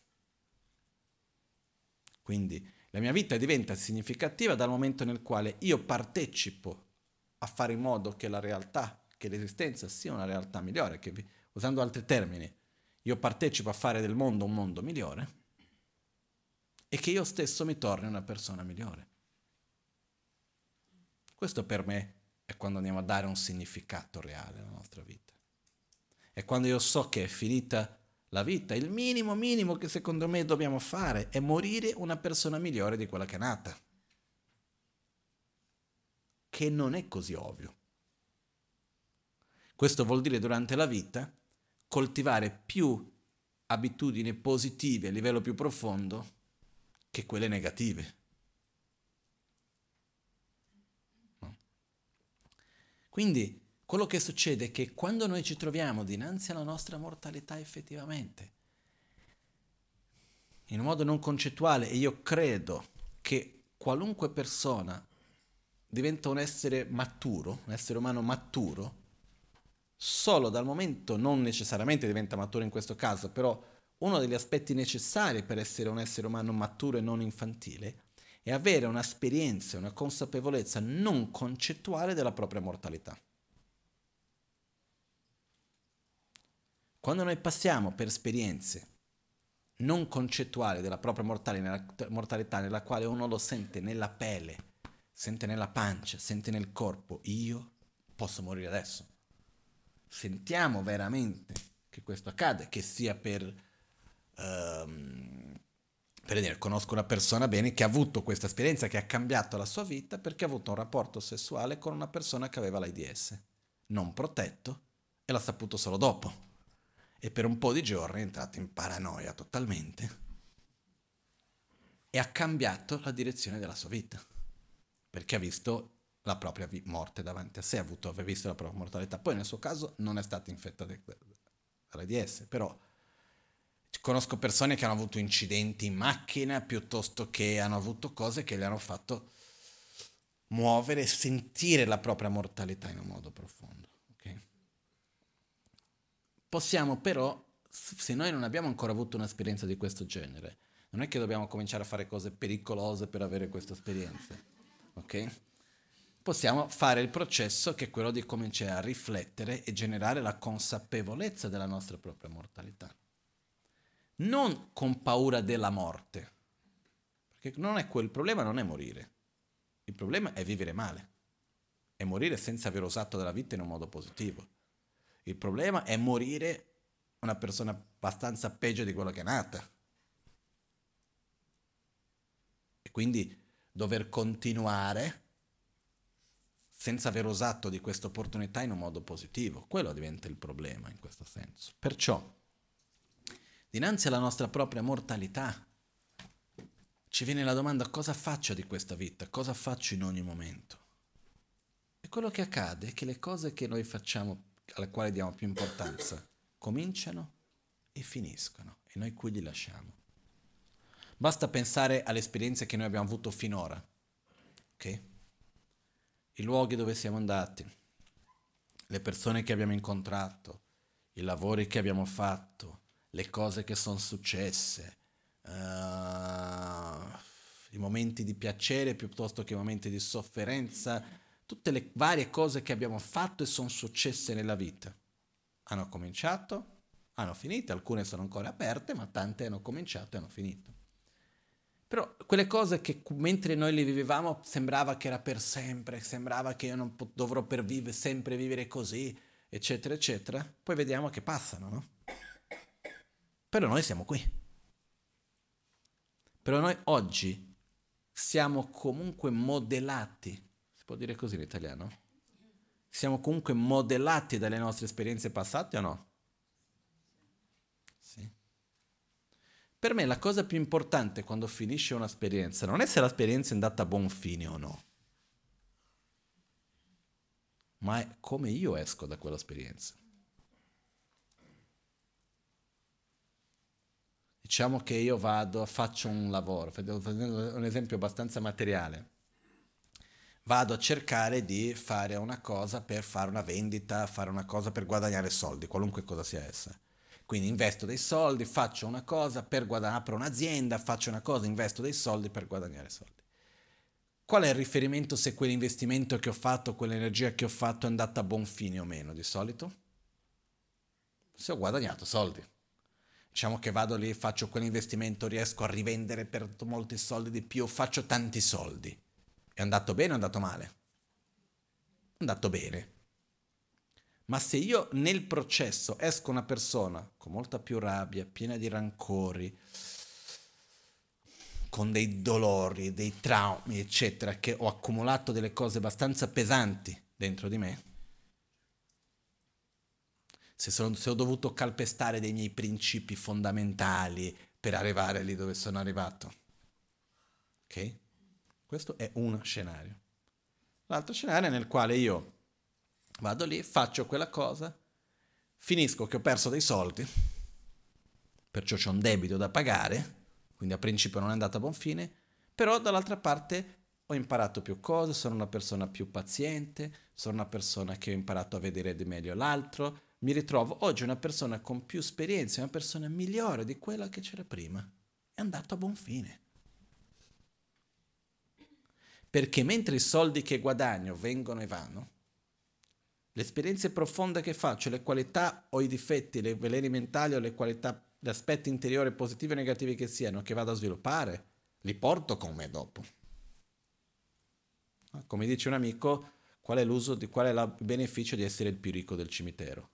Quindi la mia vita diventa significativa dal momento nel quale io partecipo a fare in modo che la realtà, che l'esistenza sia una realtà migliore, che usando altri termini, io partecipo a fare del mondo un mondo migliore e che io stesso mi torni una persona migliore. Questo per me è quando andiamo a dare un significato reale alla nostra vita. È quando io so che è finita la vita, il minimo minimo che secondo me dobbiamo fare è morire una persona migliore di quella che è nata. Che non è così ovvio. Questo vuol dire durante la vita coltivare più abitudini positive a livello più profondo che quelle negative. Quindi quello che succede è che quando noi ci troviamo dinanzi alla nostra mortalità effettivamente, in un modo non concettuale, e io credo che qualunque persona diventa un essere maturo, un essere umano maturo, solo dal momento, non necessariamente diventa maturo in questo caso, però uno degli aspetti necessari per essere un essere umano maturo e non infantile è avere un'esperienza, una consapevolezza non concettuale della propria mortalità. Quando noi passiamo per esperienze non concettuali della propria mortalità, nella quale uno lo sente nella pelle, sente nella pancia, sente nel corpo, io posso morire adesso. Sentiamo veramente che questo accade, che sia per... Um, per dire, conosco una persona bene che ha avuto questa esperienza, che ha cambiato la sua vita perché ha avuto un rapporto sessuale con una persona che aveva l'AIDS, non protetto, e l'ha saputo solo dopo. E per un po' di giorni è entrato in paranoia totalmente e ha cambiato la direzione della sua vita, perché ha visto la propria morte davanti a sé, ha avuto, aveva visto la propria mortalità. Poi nel suo caso non è stata infettata dall'AIDS, però conosco persone che hanno avuto incidenti in macchina piuttosto che hanno avuto cose che le hanno fatto muovere e sentire la propria mortalità in un modo profondo. Okay? Possiamo però, se noi non abbiamo ancora avuto un'esperienza di questo genere, non è che dobbiamo cominciare a fare cose pericolose per avere questa esperienza. Ok? Possiamo fare il processo che è quello di cominciare a riflettere e generare la consapevolezza della nostra propria mortalità. Non con paura della morte, perché non è quel, il problema non è morire, il problema è vivere male, è morire senza aver usato della vita in un modo positivo. Il problema è morire una persona abbastanza peggio di quella che è nata. E quindi dover continuare senza aver usato di questa opportunità in un modo positivo. Quello diventa il problema in questo senso. Perciò, dinanzi alla nostra propria mortalità, ci viene la domanda: cosa faccio di questa vita? Cosa faccio in ogni momento? E quello che accade è che le cose che noi facciamo, alle quali diamo più importanza, cominciano e finiscono, e noi qui li lasciamo. Basta pensare alle esperienze che noi abbiamo avuto finora, ok? I luoghi dove siamo andati, le persone che abbiamo incontrato, i lavori che abbiamo fatto, le cose che sono successe, uh, i momenti di piacere piuttosto che i momenti di sofferenza, tutte le varie cose che abbiamo fatto e sono successe nella vita. Hanno cominciato, hanno finito, alcune sono ancora aperte, ma tante hanno cominciato e hanno finito. Però quelle cose che mentre noi le vivevamo sembrava che era per sempre, sembrava che io non pot- dovrò per vive, sempre vivere così, eccetera, eccetera, poi vediamo che passano, no? Però noi siamo qui. Però noi oggi siamo comunque modellati, si può dire così in italiano? Siamo comunque modellati dalle nostre esperienze passate o no? Sì. Per me la cosa più importante quando finisce un'esperienza non è se l'esperienza è andata a buon fine o no, ma è come io esco da quell'esperienza. Diciamo che io vado, faccio un lavoro, facendo un esempio abbastanza materiale. Vado a cercare di fare una cosa per fare una vendita, fare una cosa per guadagnare soldi, qualunque cosa sia essa. Quindi investo dei soldi, faccio una cosa per guadagnare, apro un'azienda, faccio una cosa, investo dei soldi per guadagnare soldi. Qual è il riferimento se quell'investimento che ho fatto, quell'energia che ho fatto è andata a buon fine o meno di solito? Se ho guadagnato soldi. Diciamo che vado lì, faccio quell'investimento, riesco a rivendere per molti soldi di più, faccio tanti soldi. È andato bene o è andato male? È andato bene. Ma se io nel processo esco una persona con molta più rabbia, piena di rancori, con dei dolori, dei traumi, eccetera, che ho accumulato delle cose abbastanza pesanti dentro di me, se, sono, se ho dovuto calpestare dei miei principi fondamentali per arrivare lì dove sono arrivato, ok? Questo è uno scenario. L'altro scenario è nel quale io vado lì, faccio quella cosa, finisco che ho perso dei soldi, perciò c'ho un debito da pagare, quindi a principio non è andata a buon fine, però dall'altra parte ho imparato più cose, sono una persona più paziente, sono una persona che ho imparato a vedere di meglio l'altro, mi ritrovo oggi una persona con più esperienza, una persona migliore di quella che c'era prima. È andato a buon fine. Perché mentre i soldi che guadagno vengono e vanno, le esperienze profonde che faccio, le qualità o i difetti, le veleni mentali o le qualità, gli aspetti interiori positivi o negativi che siano, che vado a sviluppare, li porto con me dopo. Come dice un amico, qual è l'uso di, qual è il beneficio di essere il più ricco del cimitero?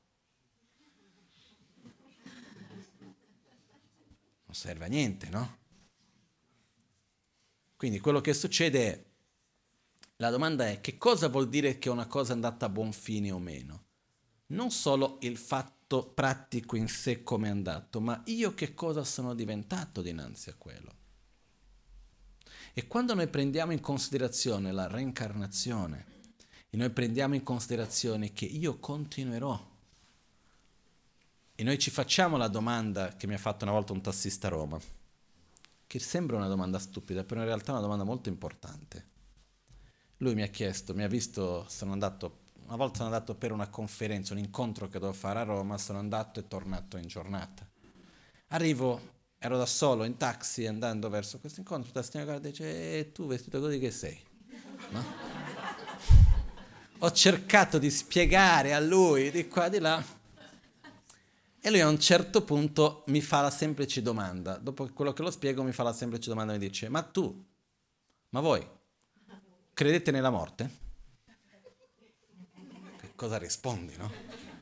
Non serve a niente, no? Quindi quello che succede è, la domanda è, che cosa vuol dire che una cosa è andata a buon fine o meno? Non solo il fatto pratico in sé come è andato, ma io che cosa sono diventato dinanzi a quello. E quando noi prendiamo in considerazione la reincarnazione, e noi prendiamo in considerazione che io continuerò, e noi ci facciamo la domanda che mi ha fatto una volta un tassista a Roma, che sembra una domanda stupida, però in realtà è una domanda molto importante. Lui mi ha chiesto, mi ha visto, sono andato, una volta sono andato per una conferenza, un incontro che dovevo fare a Roma, sono andato e tornato in giornata. Arrivo, ero da solo in taxi andando verso questo incontro, la signora guarda e dice, e tu vestito così che sei? No? Ho cercato di spiegare a lui di qua di là e lui a un certo punto mi fa la semplice domanda, dopo quello che lo spiego mi fa la semplice domanda e mi dice, ma tu, ma voi, credete nella morte? Che cosa rispondi, no?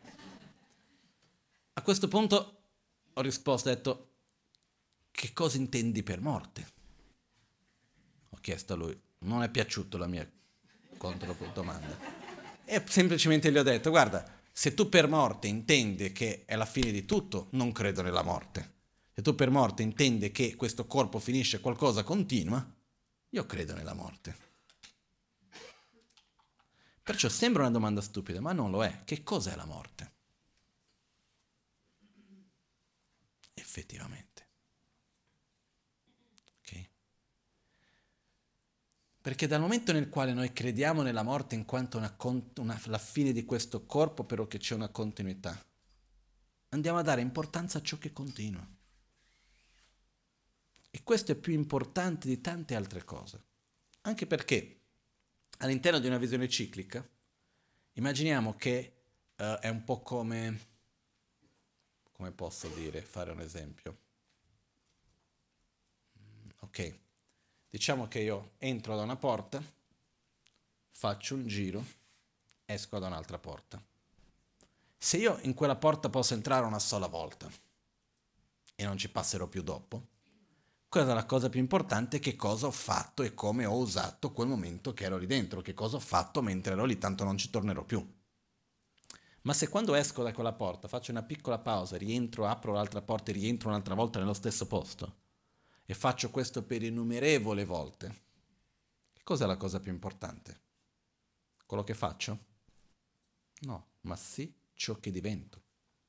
A questo punto ho risposto, ho detto, che cosa intendi per morte? Ho chiesto a lui, non è piaciuta la mia controdomanda. E semplicemente gli ho detto, guarda, se tu per morte intendi che è la fine di tutto, non credo nella morte. Se tu per morte intendi che questo corpo finisce e qualcosa continua, io credo nella morte. Perciò sembra una domanda stupida, ma non lo è. Che cos'è la morte? Effettivamente. Perché dal momento nel quale noi crediamo nella morte in quanto una, una, la fine di questo corpo, però che c'è una continuità, andiamo a dare importanza a ciò che continua. E questo è più importante di tante altre cose. Anche perché all'interno di una visione ciclica, immaginiamo che uh, è un po' come, come posso dire, fare un esempio. Ok, diciamo che io entro da una porta, faccio un giro, esco da un'altra porta. Se io in quella porta posso entrare una sola volta e non ci passerò più dopo, quella è la cosa più importante, che cosa ho fatto e come ho usato quel momento che ero lì dentro, che cosa ho fatto mentre ero lì, tanto non ci tornerò più. Ma se quando esco da quella porta faccio una piccola pausa, rientro, apro l'altra porta e rientro un'altra volta nello stesso posto, e faccio questo per innumerevoli volte, che cos'è la cosa più importante? Quello che faccio? No, ma sì ciò che divento.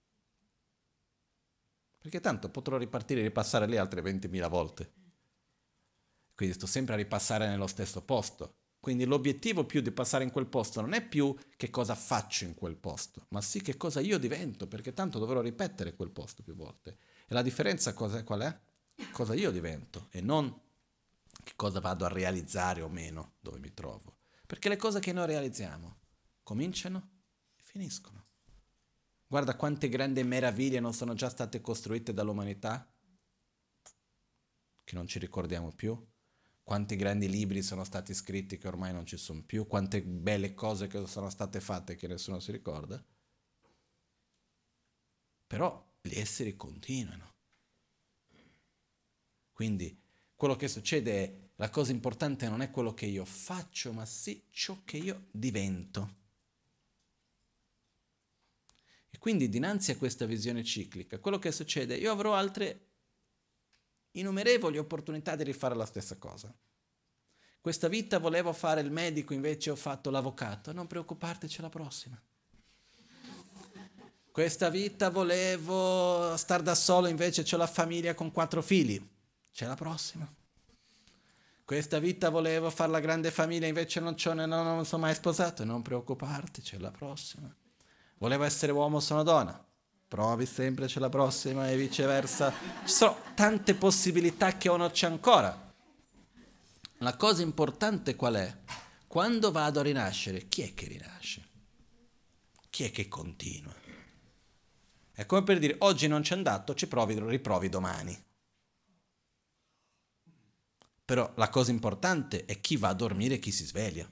Perché tanto potrò ripartire e ripassare lì altre ventimila volte. Quindi sto sempre a ripassare nello stesso posto. Quindi l'obiettivo più di passare in quel posto non è più che cosa faccio in quel posto, ma sì che cosa io divento, perché tanto dovrò ripetere quel posto più volte. E la differenza cosa, qual è? Cosa io divento e non che cosa vado a realizzare o meno dove mi trovo. Perché le cose che noi realizziamo cominciano e finiscono. Guarda quante grandi meraviglie non sono già state costruite dall'umanità, che non ci ricordiamo più. Quanti grandi libri sono stati scritti che ormai non ci sono più. Quante belle cose che sono state fatte che nessuno si ricorda. Però gli esseri continuano. Quindi quello che succede è, la cosa importante non è quello che io faccio, ma sì ciò che io divento. E quindi dinanzi a questa visione ciclica, quello che succede, io avrò altre innumerevoli opportunità di rifare la stessa cosa. Questa vita volevo fare il medico, invece ho fatto l'avvocato. Non preoccuparti, c'è la prossima. Questa vita volevo star da solo, invece c'ho la famiglia con quattro figli. C'è la prossima. Questa vita volevo fare la grande famiglia, invece non, c'ho, non, non sono mai sposato. Non preoccuparti, c'è la prossima. Volevo essere uomo, sono donna. Provi sempre, c'è la prossima e viceversa. Ci sono tante possibilità che uno c'è ancora. La cosa importante qual è? Quando vado a rinascere, chi è che rinasce? Chi è che continua? È come per dire, oggi non c'è andato, ci provi, lo riprovi domani. Però la cosa importante è chi va a dormire e chi si sveglia.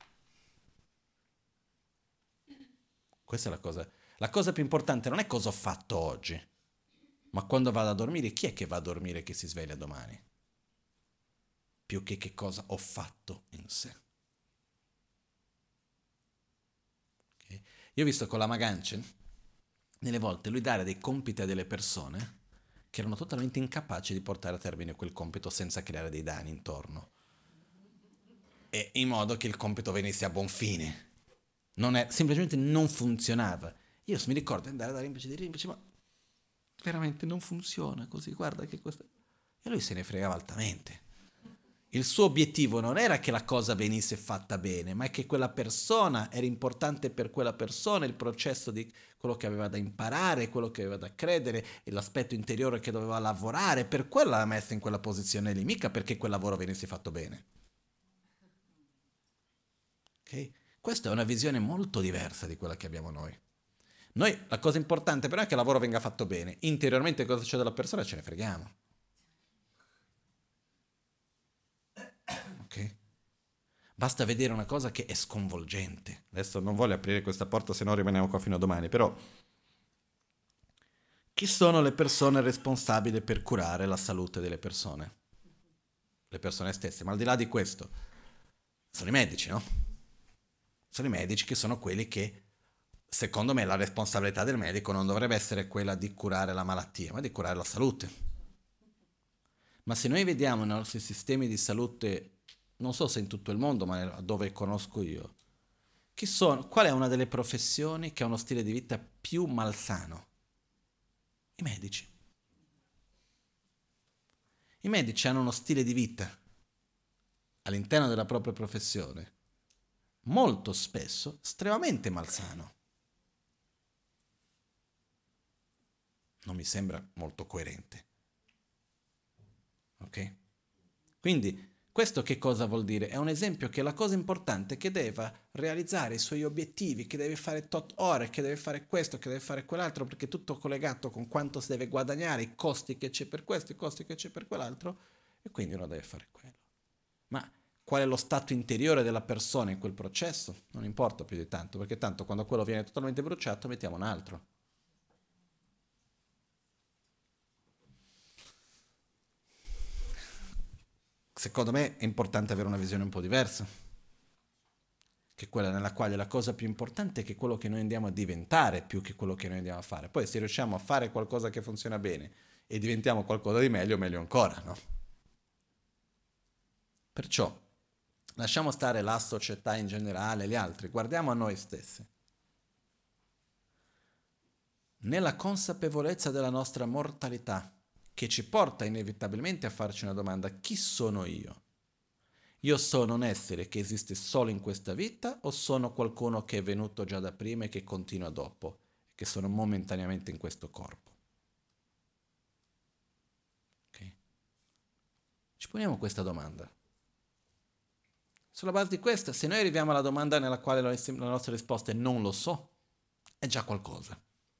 Questa è la cosa. La cosa più importante non è cosa ho fatto oggi, ma quando vado a dormire, chi è che va a dormire e che si sveglia domani? Più che che cosa ho fatto in sé. Okay? Io ho visto con la Maganchen, nelle volte lui dare dei compiti a delle persone che erano totalmente incapaci di portare a termine quel compito senza creare dei danni intorno. E in modo che il compito venisse a buon fine. Non è, semplicemente non funzionava. Io mi ricordo di andare da Rinpoche di Rinpoche, ma veramente non funziona così, guarda che questo... E lui se ne fregava altamente. Il suo obiettivo non era che la cosa venisse fatta bene, ma è che quella persona era importante per quella persona, il processo di quello che aveva da imparare, quello che aveva da credere e l'aspetto interiore che doveva lavorare, per quello l'ha messa in quella posizione lì, mica perché quel lavoro venisse fatto bene. Ok? Questa è una visione molto diversa di quella che abbiamo noi. Noi, la cosa importante però è che il lavoro venga fatto bene. Interiormente cosa c'è della persona ce ne freghiamo. Ok? Basta vedere una cosa che è sconvolgente. Adesso non voglio aprire questa porta, se no rimaniamo qua fino a domani, però chi sono le persone responsabili per curare la salute delle persone? Le persone stesse, ma al di là di questo, sono i medici, no? Sono i medici che sono quelli che, secondo me, la responsabilità del medico non dovrebbe essere quella di curare la malattia, ma di curare la salute. Ma se noi vediamo nei nostri sistemi di salute, non so se in tutto il mondo, ma dove conosco io, chi sono, qual è una delle professioni che ha uno stile di vita più malsano? I medici. I medici hanno uno stile di vita all'interno della propria professione, molto spesso estremamente malsano. Non mi sembra molto coerente. Ok? Quindi questo che cosa vuol dire? È un esempio che la cosa importante è che deve realizzare i suoi obiettivi, che deve fare tot ore, che deve fare questo, che deve fare quell'altro, perché è tutto collegato con quanto si deve guadagnare, i costi che c'è per questo, i costi che c'è per quell'altro, e quindi uno deve fare quello. Ma qual è lo stato interiore della persona in quel processo? Non importa più di tanto, perché tanto quando quello viene totalmente bruciato mettiamo un altro. Secondo me è importante avere una visione un po' diversa, che è quella nella quale la cosa più importante è che quello che noi andiamo a diventare più che quello che noi andiamo a fare. Poi se riusciamo a fare qualcosa che funziona bene e diventiamo qualcosa di meglio, meglio ancora, no? Perciò lasciamo stare la società in generale, gli altri, guardiamo a noi stessi. Nella consapevolezza della nostra mortalità, che ci porta inevitabilmente a farci una domanda: chi sono io? Io sono un essere che esiste solo in questa vita o sono qualcuno che è venuto già da prima e che continua dopo, che sono momentaneamente in questo corpo? Okay? Ci poniamo questa domanda. Sulla base di questa, se noi arriviamo alla domanda nella quale la nostra risposta è non lo so, è già qualcosa.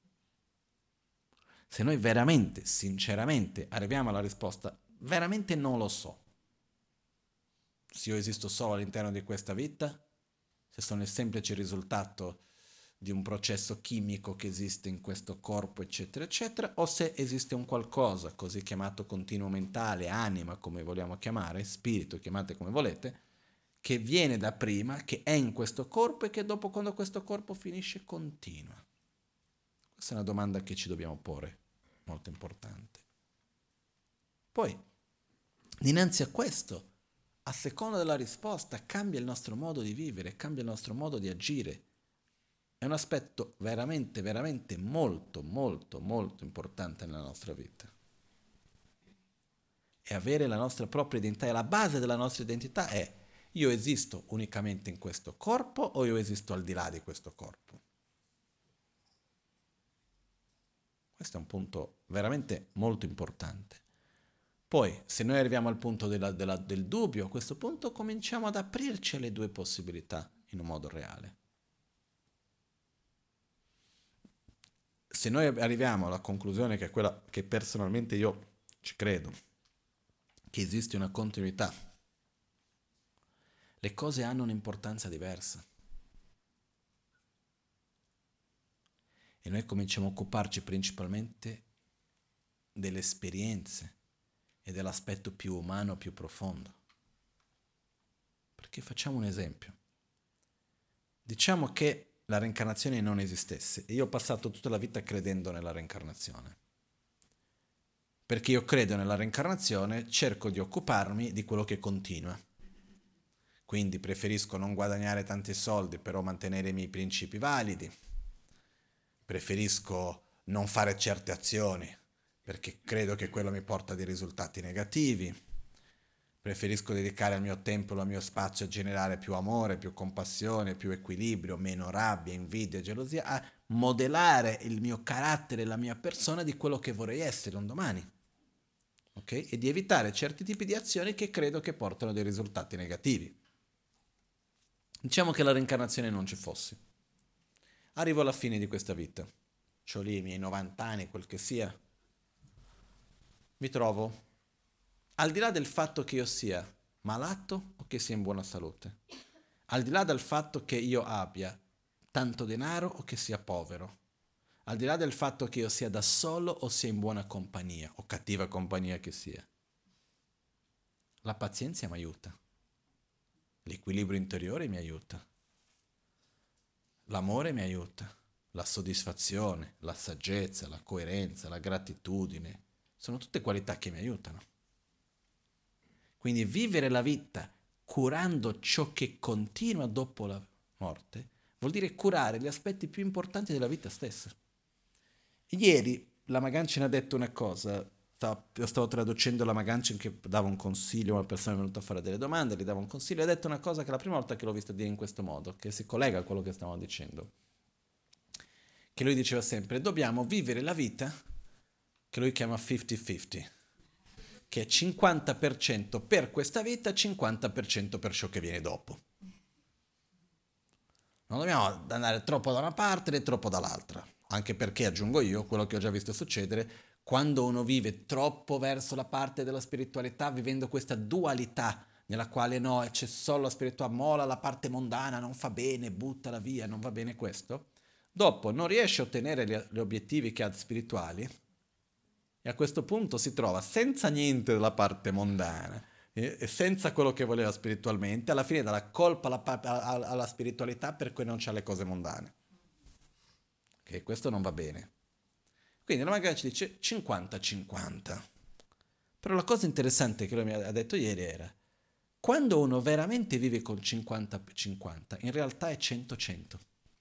Se noi veramente, sinceramente, arriviamo alla risposta veramente non lo so, se io esisto solo all'interno di questa vita, se sono il semplice risultato di un processo chimico che esiste in questo corpo, eccetera, eccetera, o se esiste un qualcosa, così chiamato continuo mentale, anima, come vogliamo chiamare, spirito, chiamate come volete, che viene da prima, che è in questo corpo e che dopo, quando questo corpo finisce, continua. Questa è una domanda che ci dobbiamo porre, molto importante. Poi, dinanzi a questo, a seconda della risposta, cambia il nostro modo di vivere, cambia il nostro modo di agire. È un aspetto veramente, veramente molto, molto, molto importante nella nostra vita. E avere la nostra propria identità, e la base della nostra identità è: io esisto unicamente in questo corpo o io esisto al di là di questo corpo? Questo è un punto veramente molto importante. Poi, se noi arriviamo al punto della, della, del dubbio, a questo punto cominciamo ad aprirci alle due possibilità in un modo reale. Se noi arriviamo alla conclusione, che è quella che personalmente io ci credo, che esiste una continuità, le cose hanno un'importanza diversa. E noi cominciamo a occuparci principalmente delle esperienze e dell'aspetto più umano, più profondo. Perché facciamo un esempio. Diciamo che la reincarnazione non esistesse e io ho passato tutta la vita credendo nella reincarnazione. Perché io credo nella reincarnazione, cerco di occuparmi di quello che continua. Quindi preferisco non guadagnare tanti soldi, però mantenere i miei principi validi. Preferisco non fare certe azioni, perché credo che quello mi porta a dei risultati negativi. Preferisco dedicare il mio tempo, il mio spazio a generare più amore, più compassione, più equilibrio, meno rabbia, invidia, gelosia, a modellare il mio carattere, la mia persona di quello che vorrei essere un domani. Ok? E di evitare certi tipi di azioni che credo che portano dei risultati negativi. Diciamo che la reincarnazione non ci fosse. Arrivo alla fine di questa vita. C'ho lì i miei novanta anni, quel che sia. Mi trovo, al di là del fatto che io sia malato o che sia in buona salute, al di là del fatto che io abbia tanto denaro o che sia povero, al di là del fatto che io sia da solo o sia in buona compagnia o cattiva compagnia che sia, la pazienza mi aiuta, l'equilibrio interiore mi aiuta, l'amore mi aiuta, la soddisfazione, la saggezza, la coerenza, la gratitudine, sono tutte qualità che mi aiutano. Quindi vivere la vita curando ciò che continua dopo la morte vuol dire curare gli aspetti più importanti della vita stessa. Ieri la Magancina ha detto una cosa stavo, stavo traducendo la Magancin che dava un consiglio, una persona è venuta a fare delle domande, gli dava un consiglio, e ha detto una cosa che è la prima volta che l'ho vista dire in questo modo, che si collega a quello che stavamo dicendo, che lui diceva sempre, dobbiamo vivere la vita, che lui chiama cinquanta cinquanta, che è cinquanta per cento per questa vita, cinquanta per cento per ciò che viene dopo. Non dobbiamo andare troppo da una parte né troppo dall'altra, anche perché, aggiungo io, quello che ho già visto succedere, quando uno vive troppo verso la parte della spiritualità, vivendo questa dualità nella quale no, c'è solo la spiritualità, mola la parte mondana, non fa bene, buttala via, non va bene questo, dopo non riesce a ottenere gli, gli obiettivi che ha spirituali e a questo punto si trova senza niente della parte mondana e senza quello che voleva spiritualmente, alla fine dà la colpa alla, alla, alla spiritualità perché non c'ha le cose mondane. Ok, questo non va bene. Quindi la Magancia ci dice cinquanta cinquanta. Però la cosa interessante che lui mi ha detto ieri era, quando uno veramente vive con cinquanta cinquanta, in realtà è cento cento.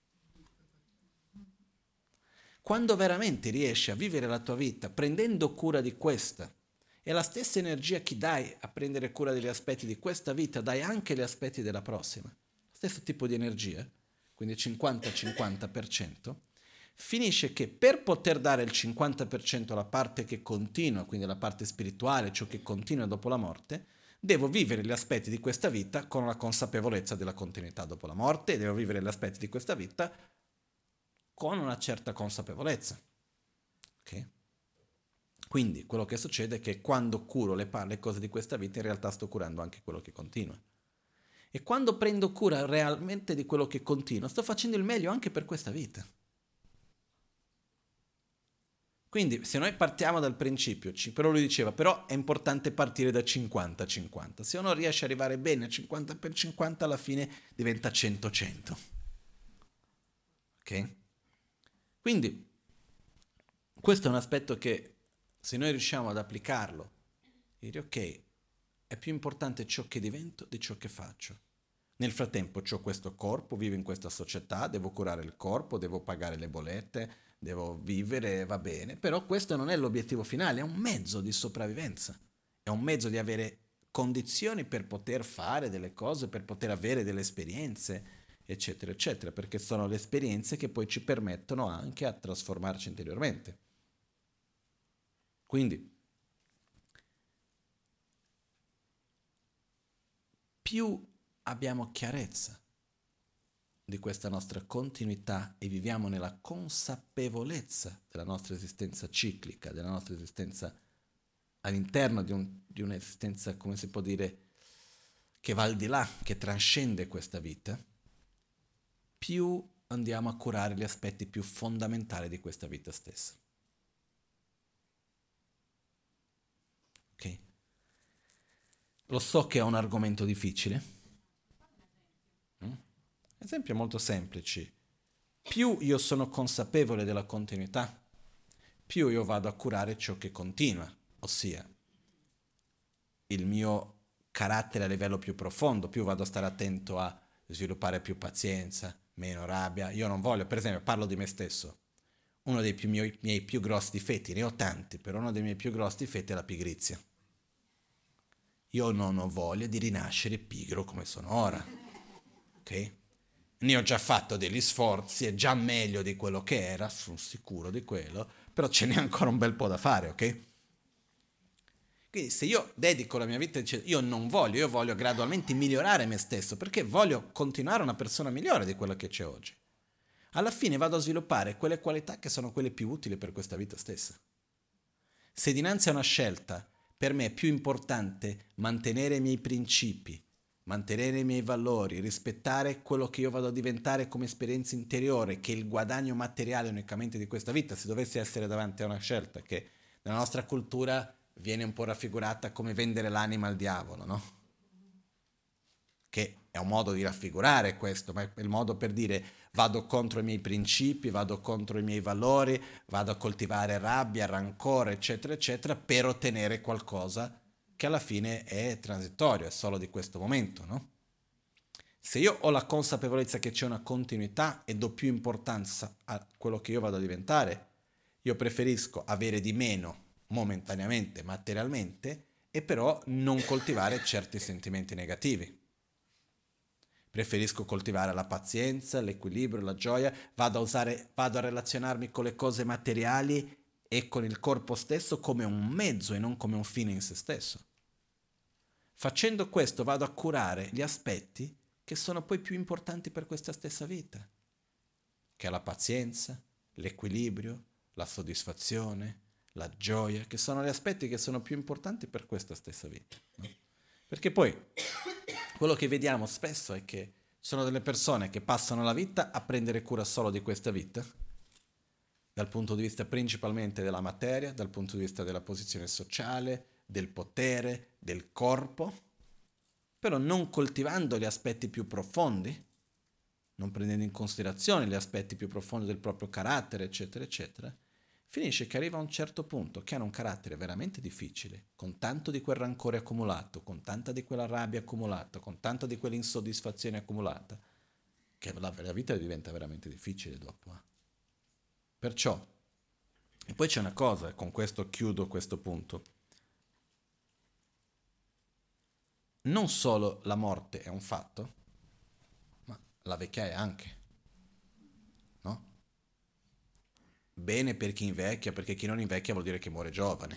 Quando veramente riesci a vivere la tua vita prendendo cura di questa, e la stessa energia che dai a prendere cura degli aspetti di questa vita, dai anche gli aspetti della prossima. Stesso tipo di energia, quindi cinquanta cinquanta per cento, finisce che per poter dare il cinquanta per cento alla parte che continua, quindi la parte spirituale, ciò che continua dopo la morte, devo vivere gli aspetti di questa vita con la consapevolezza della continuità dopo la morte, e devo vivere gli aspetti di questa vita con una certa consapevolezza. Ok? Quindi quello che succede è che quando curo le, le cose di questa vita, in realtà sto curando anche quello che continua. E quando prendo cura realmente di quello che continua, sto facendo il meglio anche per questa vita. Quindi se noi partiamo dal principio, però lui diceva, però è importante partire da cinquanta cinquanta. Se uno riesce ad arrivare bene a cinquanta per cinquanta, alla fine diventa cento cento. Ok? Quindi questo è un aspetto che, se noi riusciamo ad applicarlo, dire ok, è più importante ciò che divento di ciò che faccio. Nel frattempo ho questo corpo, vivo in questa società, devo curare il corpo, devo pagare le bollette, devo vivere, va bene, però questo non è l'obiettivo finale, è un mezzo di sopravvivenza, è un mezzo di avere condizioni per poter fare delle cose, per poter avere delle esperienze, eccetera, eccetera, perché sono le esperienze che poi ci permettono anche a trasformarci interiormente. Quindi, più abbiamo chiarezza di questa nostra continuità e viviamo nella consapevolezza della nostra esistenza ciclica, della nostra esistenza all'interno di, un, di un'esistenza, come si può dire, che va al di là, che trascende questa vita, più andiamo a curare gli aspetti più fondamentali di questa vita stessa. Ok? Lo so che è un argomento difficile. Mm? Esempio molto semplici. Più io sono consapevole della continuità, più io vado a curare ciò che continua, ossia il mio carattere a livello più profondo, più vado a stare attento a sviluppare più pazienza, meno rabbia. Io non voglio, per esempio, parlo di me stesso. Uno dei più miei, miei più grossi difetti, ne ho tanti, però uno dei miei più grossi difetti è la pigrizia. Io non ho voglia di rinascere pigro come sono ora. Ok? Ne ho già fatto degli sforzi, è già meglio di quello che era, sono sicuro di quello, però ce n'è ancora un bel po' da fare, ok? Quindi se io dedico la mia vita, io non voglio, io voglio gradualmente migliorare me stesso, perché voglio continuare una persona migliore di quella che c'è oggi. Alla fine vado a sviluppare quelle qualità che sono quelle più utili per questa vita stessa. Se dinanzi a una scelta per me è più importante mantenere i miei principi, mantenere i miei valori, rispettare quello che io vado a diventare come esperienza interiore, che il guadagno materiale unicamente di questa vita, se dovessi essere davanti a una scelta che nella nostra cultura viene un po' raffigurata come vendere l'anima al diavolo, no? Che è un modo di raffigurare questo, ma è il modo per dire vado contro i miei principi, vado contro i miei valori, vado a coltivare rabbia, rancore, eccetera, eccetera, per ottenere qualcosa che alla fine è transitorio, è solo di questo momento, no? Se io ho la consapevolezza che c'è una continuità e do più importanza a quello che io vado a diventare, io preferisco avere di meno momentaneamente, materialmente, e però non coltivare certi sentimenti negativi. Preferisco coltivare la pazienza, l'equilibrio, la gioia, vado a usare, vado a relazionarmi con le cose materiali e con il corpo stesso come un mezzo e non come un fine in se stesso. Facendo questo vado a curare gli aspetti che sono poi più importanti per questa stessa vita, che è la pazienza, l'equilibrio, la soddisfazione, la gioia, che sono gli aspetti che sono più importanti per questa stessa vita. No? Perché poi quello che vediamo spesso è che ci sono delle persone che passano la vita a prendere cura solo di questa vita, dal punto di vista principalmente della materia, dal punto di vista della posizione sociale, del potere, del corpo, però non coltivando gli aspetti più profondi, non prendendo in considerazione gli aspetti più profondi del proprio carattere, eccetera, eccetera, finisce che arriva a un certo punto che hanno un carattere veramente difficile, con tanto di quel rancore accumulato, con tanta di quella rabbia accumulata, con tanta di quell'insoddisfazione accumulata, che la, la vita diventa veramente difficile dopo. Eh. Perciò, e poi c'è una cosa, e con questo chiudo questo punto, non solo la morte è un fatto, ma la vecchiaia anche, no? Bene per chi invecchia, perché chi non invecchia vuol dire che muore giovane.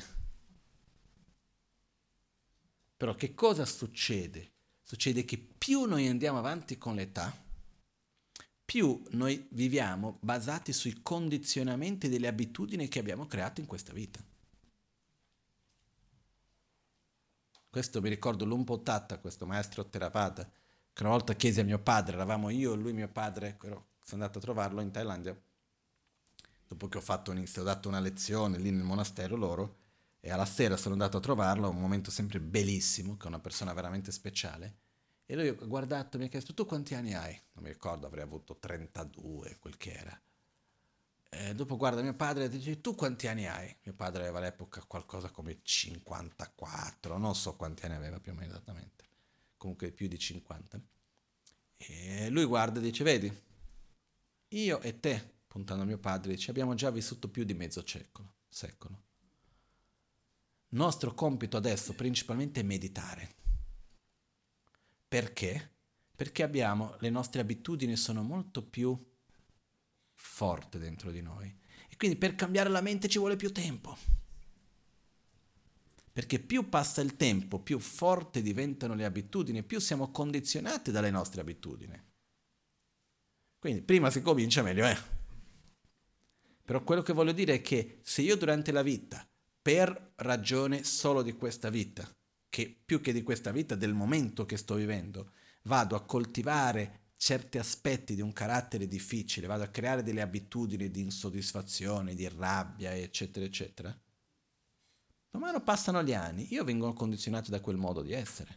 Però che cosa succede? Succede che più noi andiamo avanti con l'età, più noi viviamo basati sui condizionamenti delle abitudini che abbiamo creato in questa vita. Questo mi ricordo Lumpo Tatta, questo maestro Theravada, che una volta chiese a mio padre, eravamo io, lui, mio padre, sono andato a trovarlo in Thailandia, dopo che ho fatto un, ho dato una lezione lì nel monastero loro, e alla sera sono andato a trovarlo, un momento sempre bellissimo, che è una persona veramente speciale, e lui ha guardato, mi ha chiesto, tu quanti anni hai? Non mi ricordo, avrei avuto trentadue, quel che era. E dopo guarda mio padre e dice, tu quanti anni hai? Mio padre aveva all'epoca qualcosa come cinquantaquattro, non so quanti anni aveva più o meno esattamente, comunque più di cinquanta. E lui guarda e dice, vedi, io e te, puntando a mio padre, dice, abbiamo già vissuto più di mezzo secolo. secolo. Il nostro compito adesso principalmente è meditare. Perché? Perché abbiamo, le nostre abitudini sono molto più forte dentro di noi e quindi per cambiare la mente ci vuole più tempo, perché più passa il tempo, più forti diventano le abitudini, più siamo condizionati dalle nostre abitudini. Quindi prima si comincia meglio è. Però quello che voglio dire è che se io durante la vita, per ragione solo di questa vita, che più che di questa vita, del momento che sto vivendo, vado a coltivare certi aspetti di un carattere difficile, vado a creare delle abitudini di insoddisfazione, di rabbia, eccetera, eccetera, man mano passano gli anni, io vengo condizionato da quel modo di essere.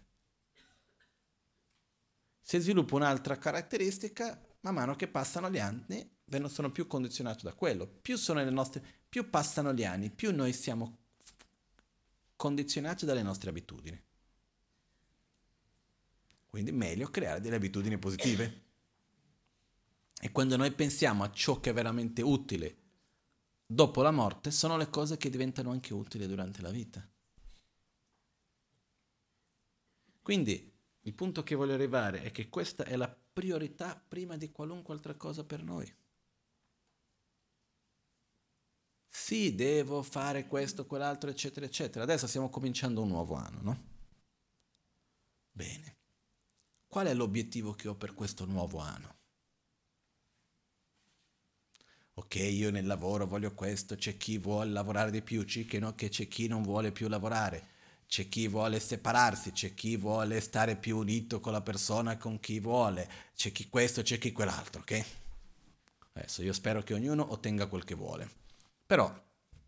Se sviluppo un'altra caratteristica, man mano che passano gli anni, sono più condizionato da quello. Più sono le nostre, più passano gli anni, più noi siamo condizionati dalle nostre abitudini. Quindi meglio creare delle abitudini positive. E quando noi pensiamo a ciò che è veramente utile dopo la morte, sono le cose che diventano anche utili durante la vita. Quindi il punto che voglio arrivare è che questa è la priorità prima di qualunque altra cosa per noi. Sì, devo fare questo, quell'altro, eccetera, eccetera. Adesso stiamo cominciando un nuovo anno, no? Bene. Qual è l'obiettivo che ho per questo nuovo anno? Ok, io nel lavoro voglio questo, c'è chi vuole lavorare di più, c'è chi, no, che c'è chi non vuole più lavorare, c'è chi vuole separarsi, c'è chi vuole stare più unito con la persona con chi vuole, c'è chi questo, c'è chi quell'altro, ok? Adesso io spero che ognuno ottenga quel che vuole. Però,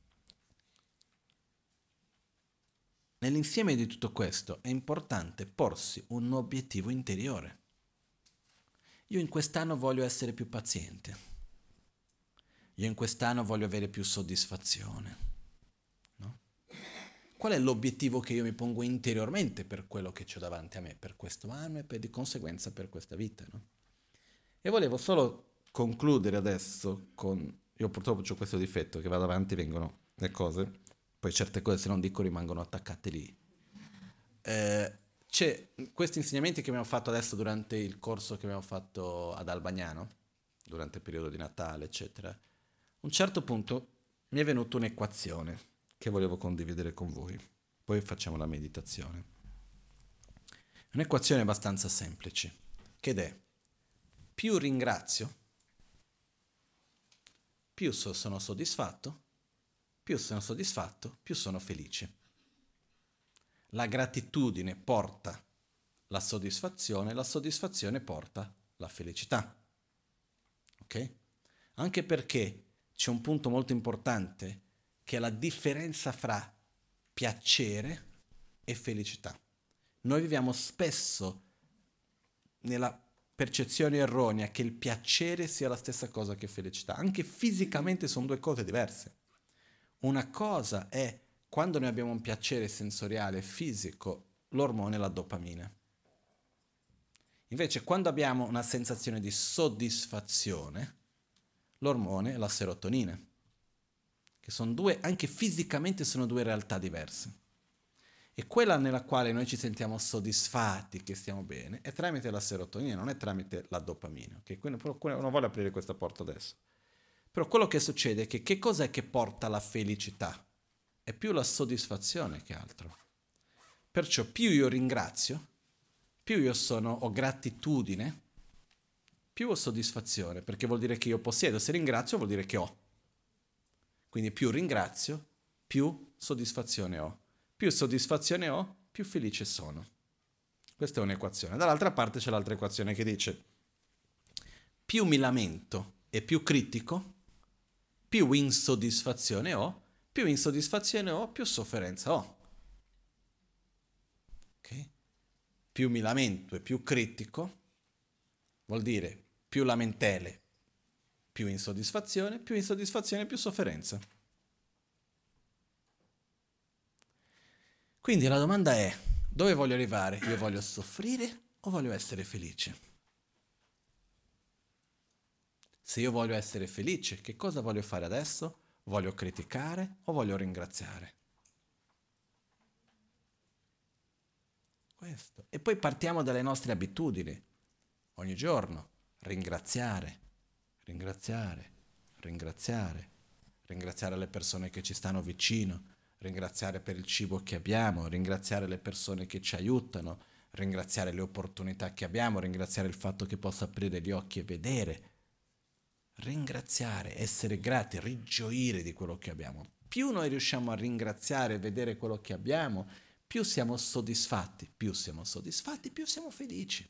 nell'insieme di tutto questo è importante porsi un obiettivo interiore. Io in quest'anno voglio essere più paziente. Io in quest'anno voglio avere più soddisfazione. No? Qual è l'obiettivo che io mi pongo interiormente per quello che c'ho davanti a me, per questo anno e per di conseguenza per questa vita? No? E volevo solo concludere adesso con... Io purtroppo ho questo difetto che vado avanti e vengono le cose. Poi certe cose se non dico rimangono attaccate lì. Eh, c'è questi insegnamenti che abbiamo fatto adesso durante il corso che abbiamo fatto ad Albagnano, durante il periodo di Natale, eccetera. A un certo punto mi è venuta un'equazione che volevo condividere con voi. Poi facciamo la meditazione. Un'equazione abbastanza semplice, che è più ringrazio, più so- sono soddisfatto, più sono soddisfatto, più sono felice. La gratitudine porta la soddisfazione, la soddisfazione porta la felicità. Ok? Anche perché c'è un punto molto importante che è la differenza fra piacere e felicità. Noi viviamo spesso nella percezione erronea che il piacere sia la stessa cosa che felicità. Anche fisicamente sono due cose diverse. Una cosa è quando noi abbiamo un piacere sensoriale fisico, l'ormone è la dopamina. Invece quando abbiamo una sensazione di soddisfazione, l'ormone è la serotonina, che sono due, anche fisicamente sono due realtà diverse. E quella nella quale noi ci sentiamo soddisfatti, che stiamo bene, è tramite la serotonina, non è tramite la dopamina. Okay? Quindi non voglio aprire questa porta adesso. Però quello che succede è che che cos'è che porta alla felicità? È più la soddisfazione che altro. Perciò più io ringrazio, più io sono, ho gratitudine, più ho soddisfazione, perché vuol dire che io possiedo. Se ringrazio vuol dire che ho. Quindi più ringrazio, più soddisfazione ho. Più soddisfazione ho, più felice sono. Questa è un'equazione. Dall'altra parte c'è l'altra equazione che dice più mi lamento e più critico, più insoddisfazione ho, più insoddisfazione ho, più sofferenza ho. Okay? Più mi lamento e più critico vuol dire più lamentele, più insoddisfazione, più insoddisfazione, più sofferenza. Quindi la domanda è, dove voglio arrivare? Io voglio soffrire o voglio essere felice? Se io voglio essere felice, che cosa voglio fare adesso? Voglio criticare o voglio ringraziare? Questo. E poi partiamo dalle nostre abitudini. Ogni giorno ringraziare, ringraziare, ringraziare, ringraziare le persone che ci stanno vicino, ringraziare per il cibo che abbiamo, ringraziare le persone che ci aiutano, ringraziare le opportunità che abbiamo, ringraziare il fatto che posso aprire gli occhi e vedere. Ringraziare, essere grati, rigioire di quello che abbiamo. Più noi riusciamo a ringraziare e vedere quello che abbiamo, più siamo soddisfatti, più siamo soddisfatti, più siamo felici.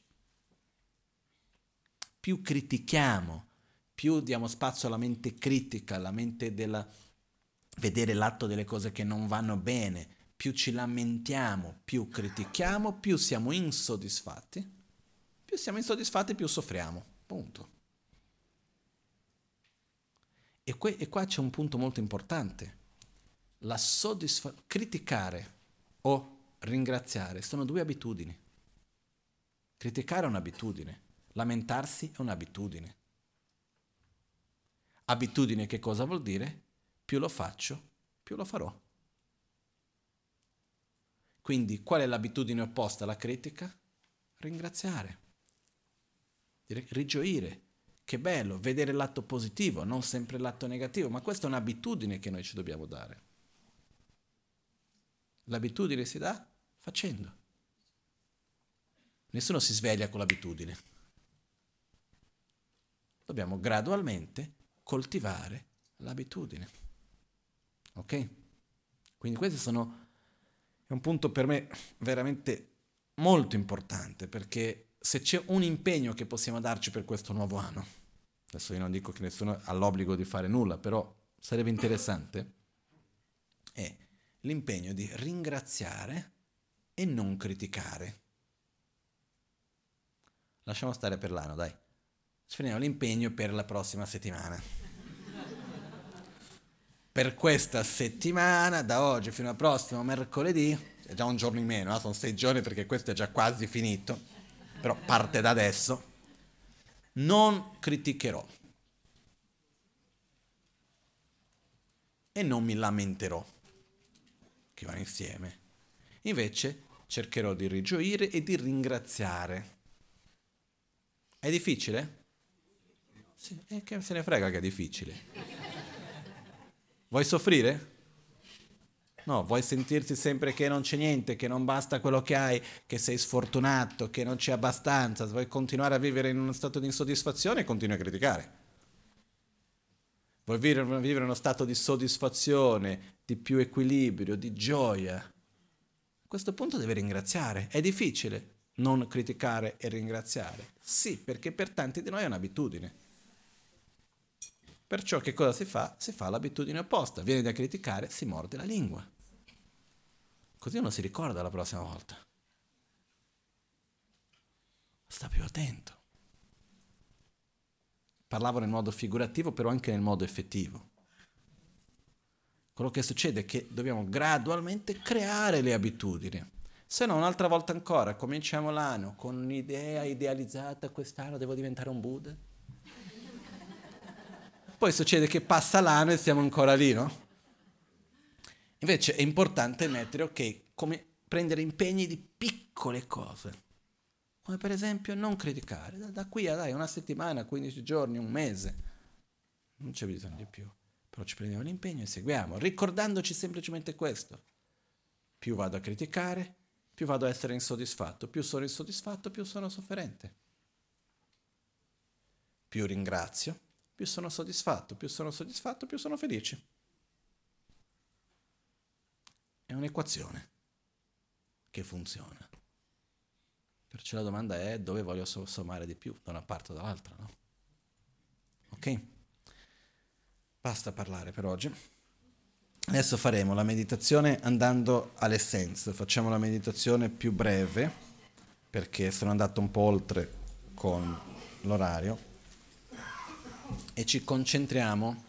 Più critichiamo, più diamo spazio alla mente critica, alla mente della vedere l'atto delle cose che non vanno bene, più ci lamentiamo, più critichiamo, più siamo insoddisfatti, più siamo insoddisfatti, più soffriamo. Punto. E, que- e qua c'è un punto molto importante. La soddisfazione, criticare o ringraziare sono due abitudini. Criticare è un'abitudine, lamentarsi è un'abitudine. Abitudine che cosa vuol dire? Più lo faccio, più lo farò. Quindi qual è l'abitudine opposta alla critica? Ringraziare, dire, rigioire. Che bello, vedere il lato positivo, non sempre il lato negativo, ma questa è un'abitudine che noi ci dobbiamo dare. L'abitudine si dà facendo. Nessuno si sveglia con l'abitudine. Dobbiamo gradualmente coltivare l'abitudine. Ok? Quindi questo sono, è un punto per me veramente molto importante, perché se c'è un impegno che possiamo darci per questo nuovo anno, adesso io non dico che nessuno ha l'obbligo di fare nulla, però sarebbe interessante, è l'impegno di ringraziare e non criticare. Lasciamo stare per l'anno, dai. Ci prendiamo l'impegno per la prossima settimana. Per questa settimana, da oggi fino al prossimo mercoledì, è già un giorno in meno, eh? Sono sei giorni perché questo è già quasi finito, però parte da adesso, non criticherò e non mi lamenterò. che vanno insieme. Invece cercherò di rigioire e di ringraziare. È difficile? Sì, e che se ne frega che è difficile. Vuoi soffrire? No, vuoi sentirti sempre che non c'è niente, che non basta quello che hai, che sei sfortunato, che non c'è abbastanza, vuoi continuare a vivere in uno stato di insoddisfazione e continui a criticare. Vuoi vivere, vivere uno stato di soddisfazione, di più equilibrio, di gioia. A questo punto devi ringraziare. È difficile non criticare e ringraziare. Sì, perché per tanti di noi è un'abitudine. Perciò che cosa si fa? Si fa l'abitudine opposta. Viene da criticare, si morde la lingua. Così uno si ricorda la prossima volta. Sta più attento. Parlavo nel modo figurativo, però anche nel modo effettivo. Quello che succede è che dobbiamo gradualmente creare le abitudini. Se no, un'altra volta ancora, cominciamo l'anno con un'idea idealizzata, quest'anno devo diventare un Buddha. Poi succede che passa l'anno e siamo ancora lì, no? Invece è importante mettere, ok, come prendere impegni di piccole cose. Come per esempio non criticare. Da, da qui a dai, una settimana, quindici giorni, un mese. Non c'è bisogno di più. Però ci prendiamo l'impegno e seguiamo, ricordandoci semplicemente questo. Più vado a criticare, più vado a essere insoddisfatto. Più sono insoddisfatto, più sono sofferente. Più ringrazio, più sono soddisfatto. Più sono soddisfatto, più sono felice. È un'equazione che funziona. Perciò la domanda è dove voglio sommare di più, da una parte o dall'altra, no? Ok? Basta parlare per oggi. Adesso faremo la meditazione andando all'essenza. Facciamo la meditazione più breve, perché sono andato un po' oltre con l'orario, e ci concentriamo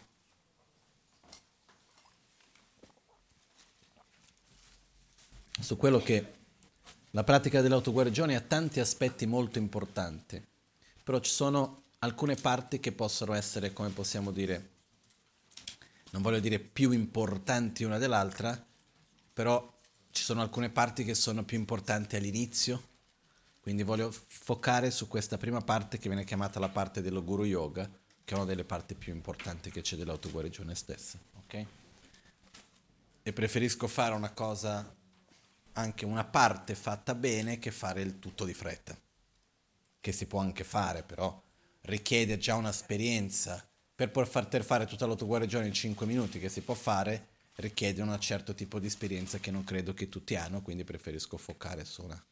su quello che la pratica dell'autoguarigione ha tanti aspetti molto importanti, però ci sono alcune parti che possono essere, come possiamo dire, non voglio dire più importanti una dell'altra, però ci sono alcune parti che sono più importanti all'inizio, quindi voglio focare su questa prima parte che viene chiamata la parte dello Guru Yoga, che è una delle parti più importanti che c'è dell'autoguarigione stessa, ok? E preferisco fare una cosa, anche una parte fatta bene, che fare il tutto di fretta, che si può anche fare, però richiede già un'esperienza. Per poter fare tutta l'autoguarigione in cinque minuti, che si può fare, richiede un certo tipo di esperienza che non credo che tutti hanno, quindi preferisco focare su una.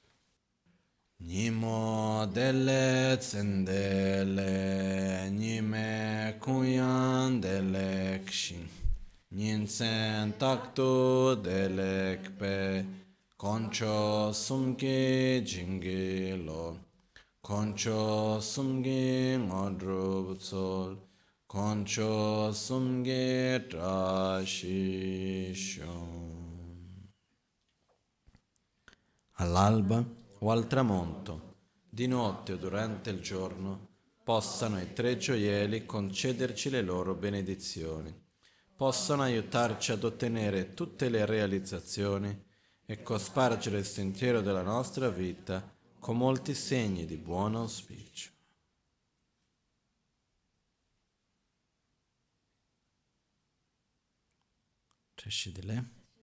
Nimo delle zendele, nime kuyan delle kshin, ninsen takto delle kpe, concho sumke jingilo, concho sumge ngodrup sol, concho sumge trashishon. All'alba o al tramonto, di notte o durante il giorno, possano i tre gioielli concederci le loro benedizioni, possano aiutarci ad ottenere tutte le realizzazioni e cospargere il sentiero della nostra vita con molti segni di buon auspicio. Cresci di lì.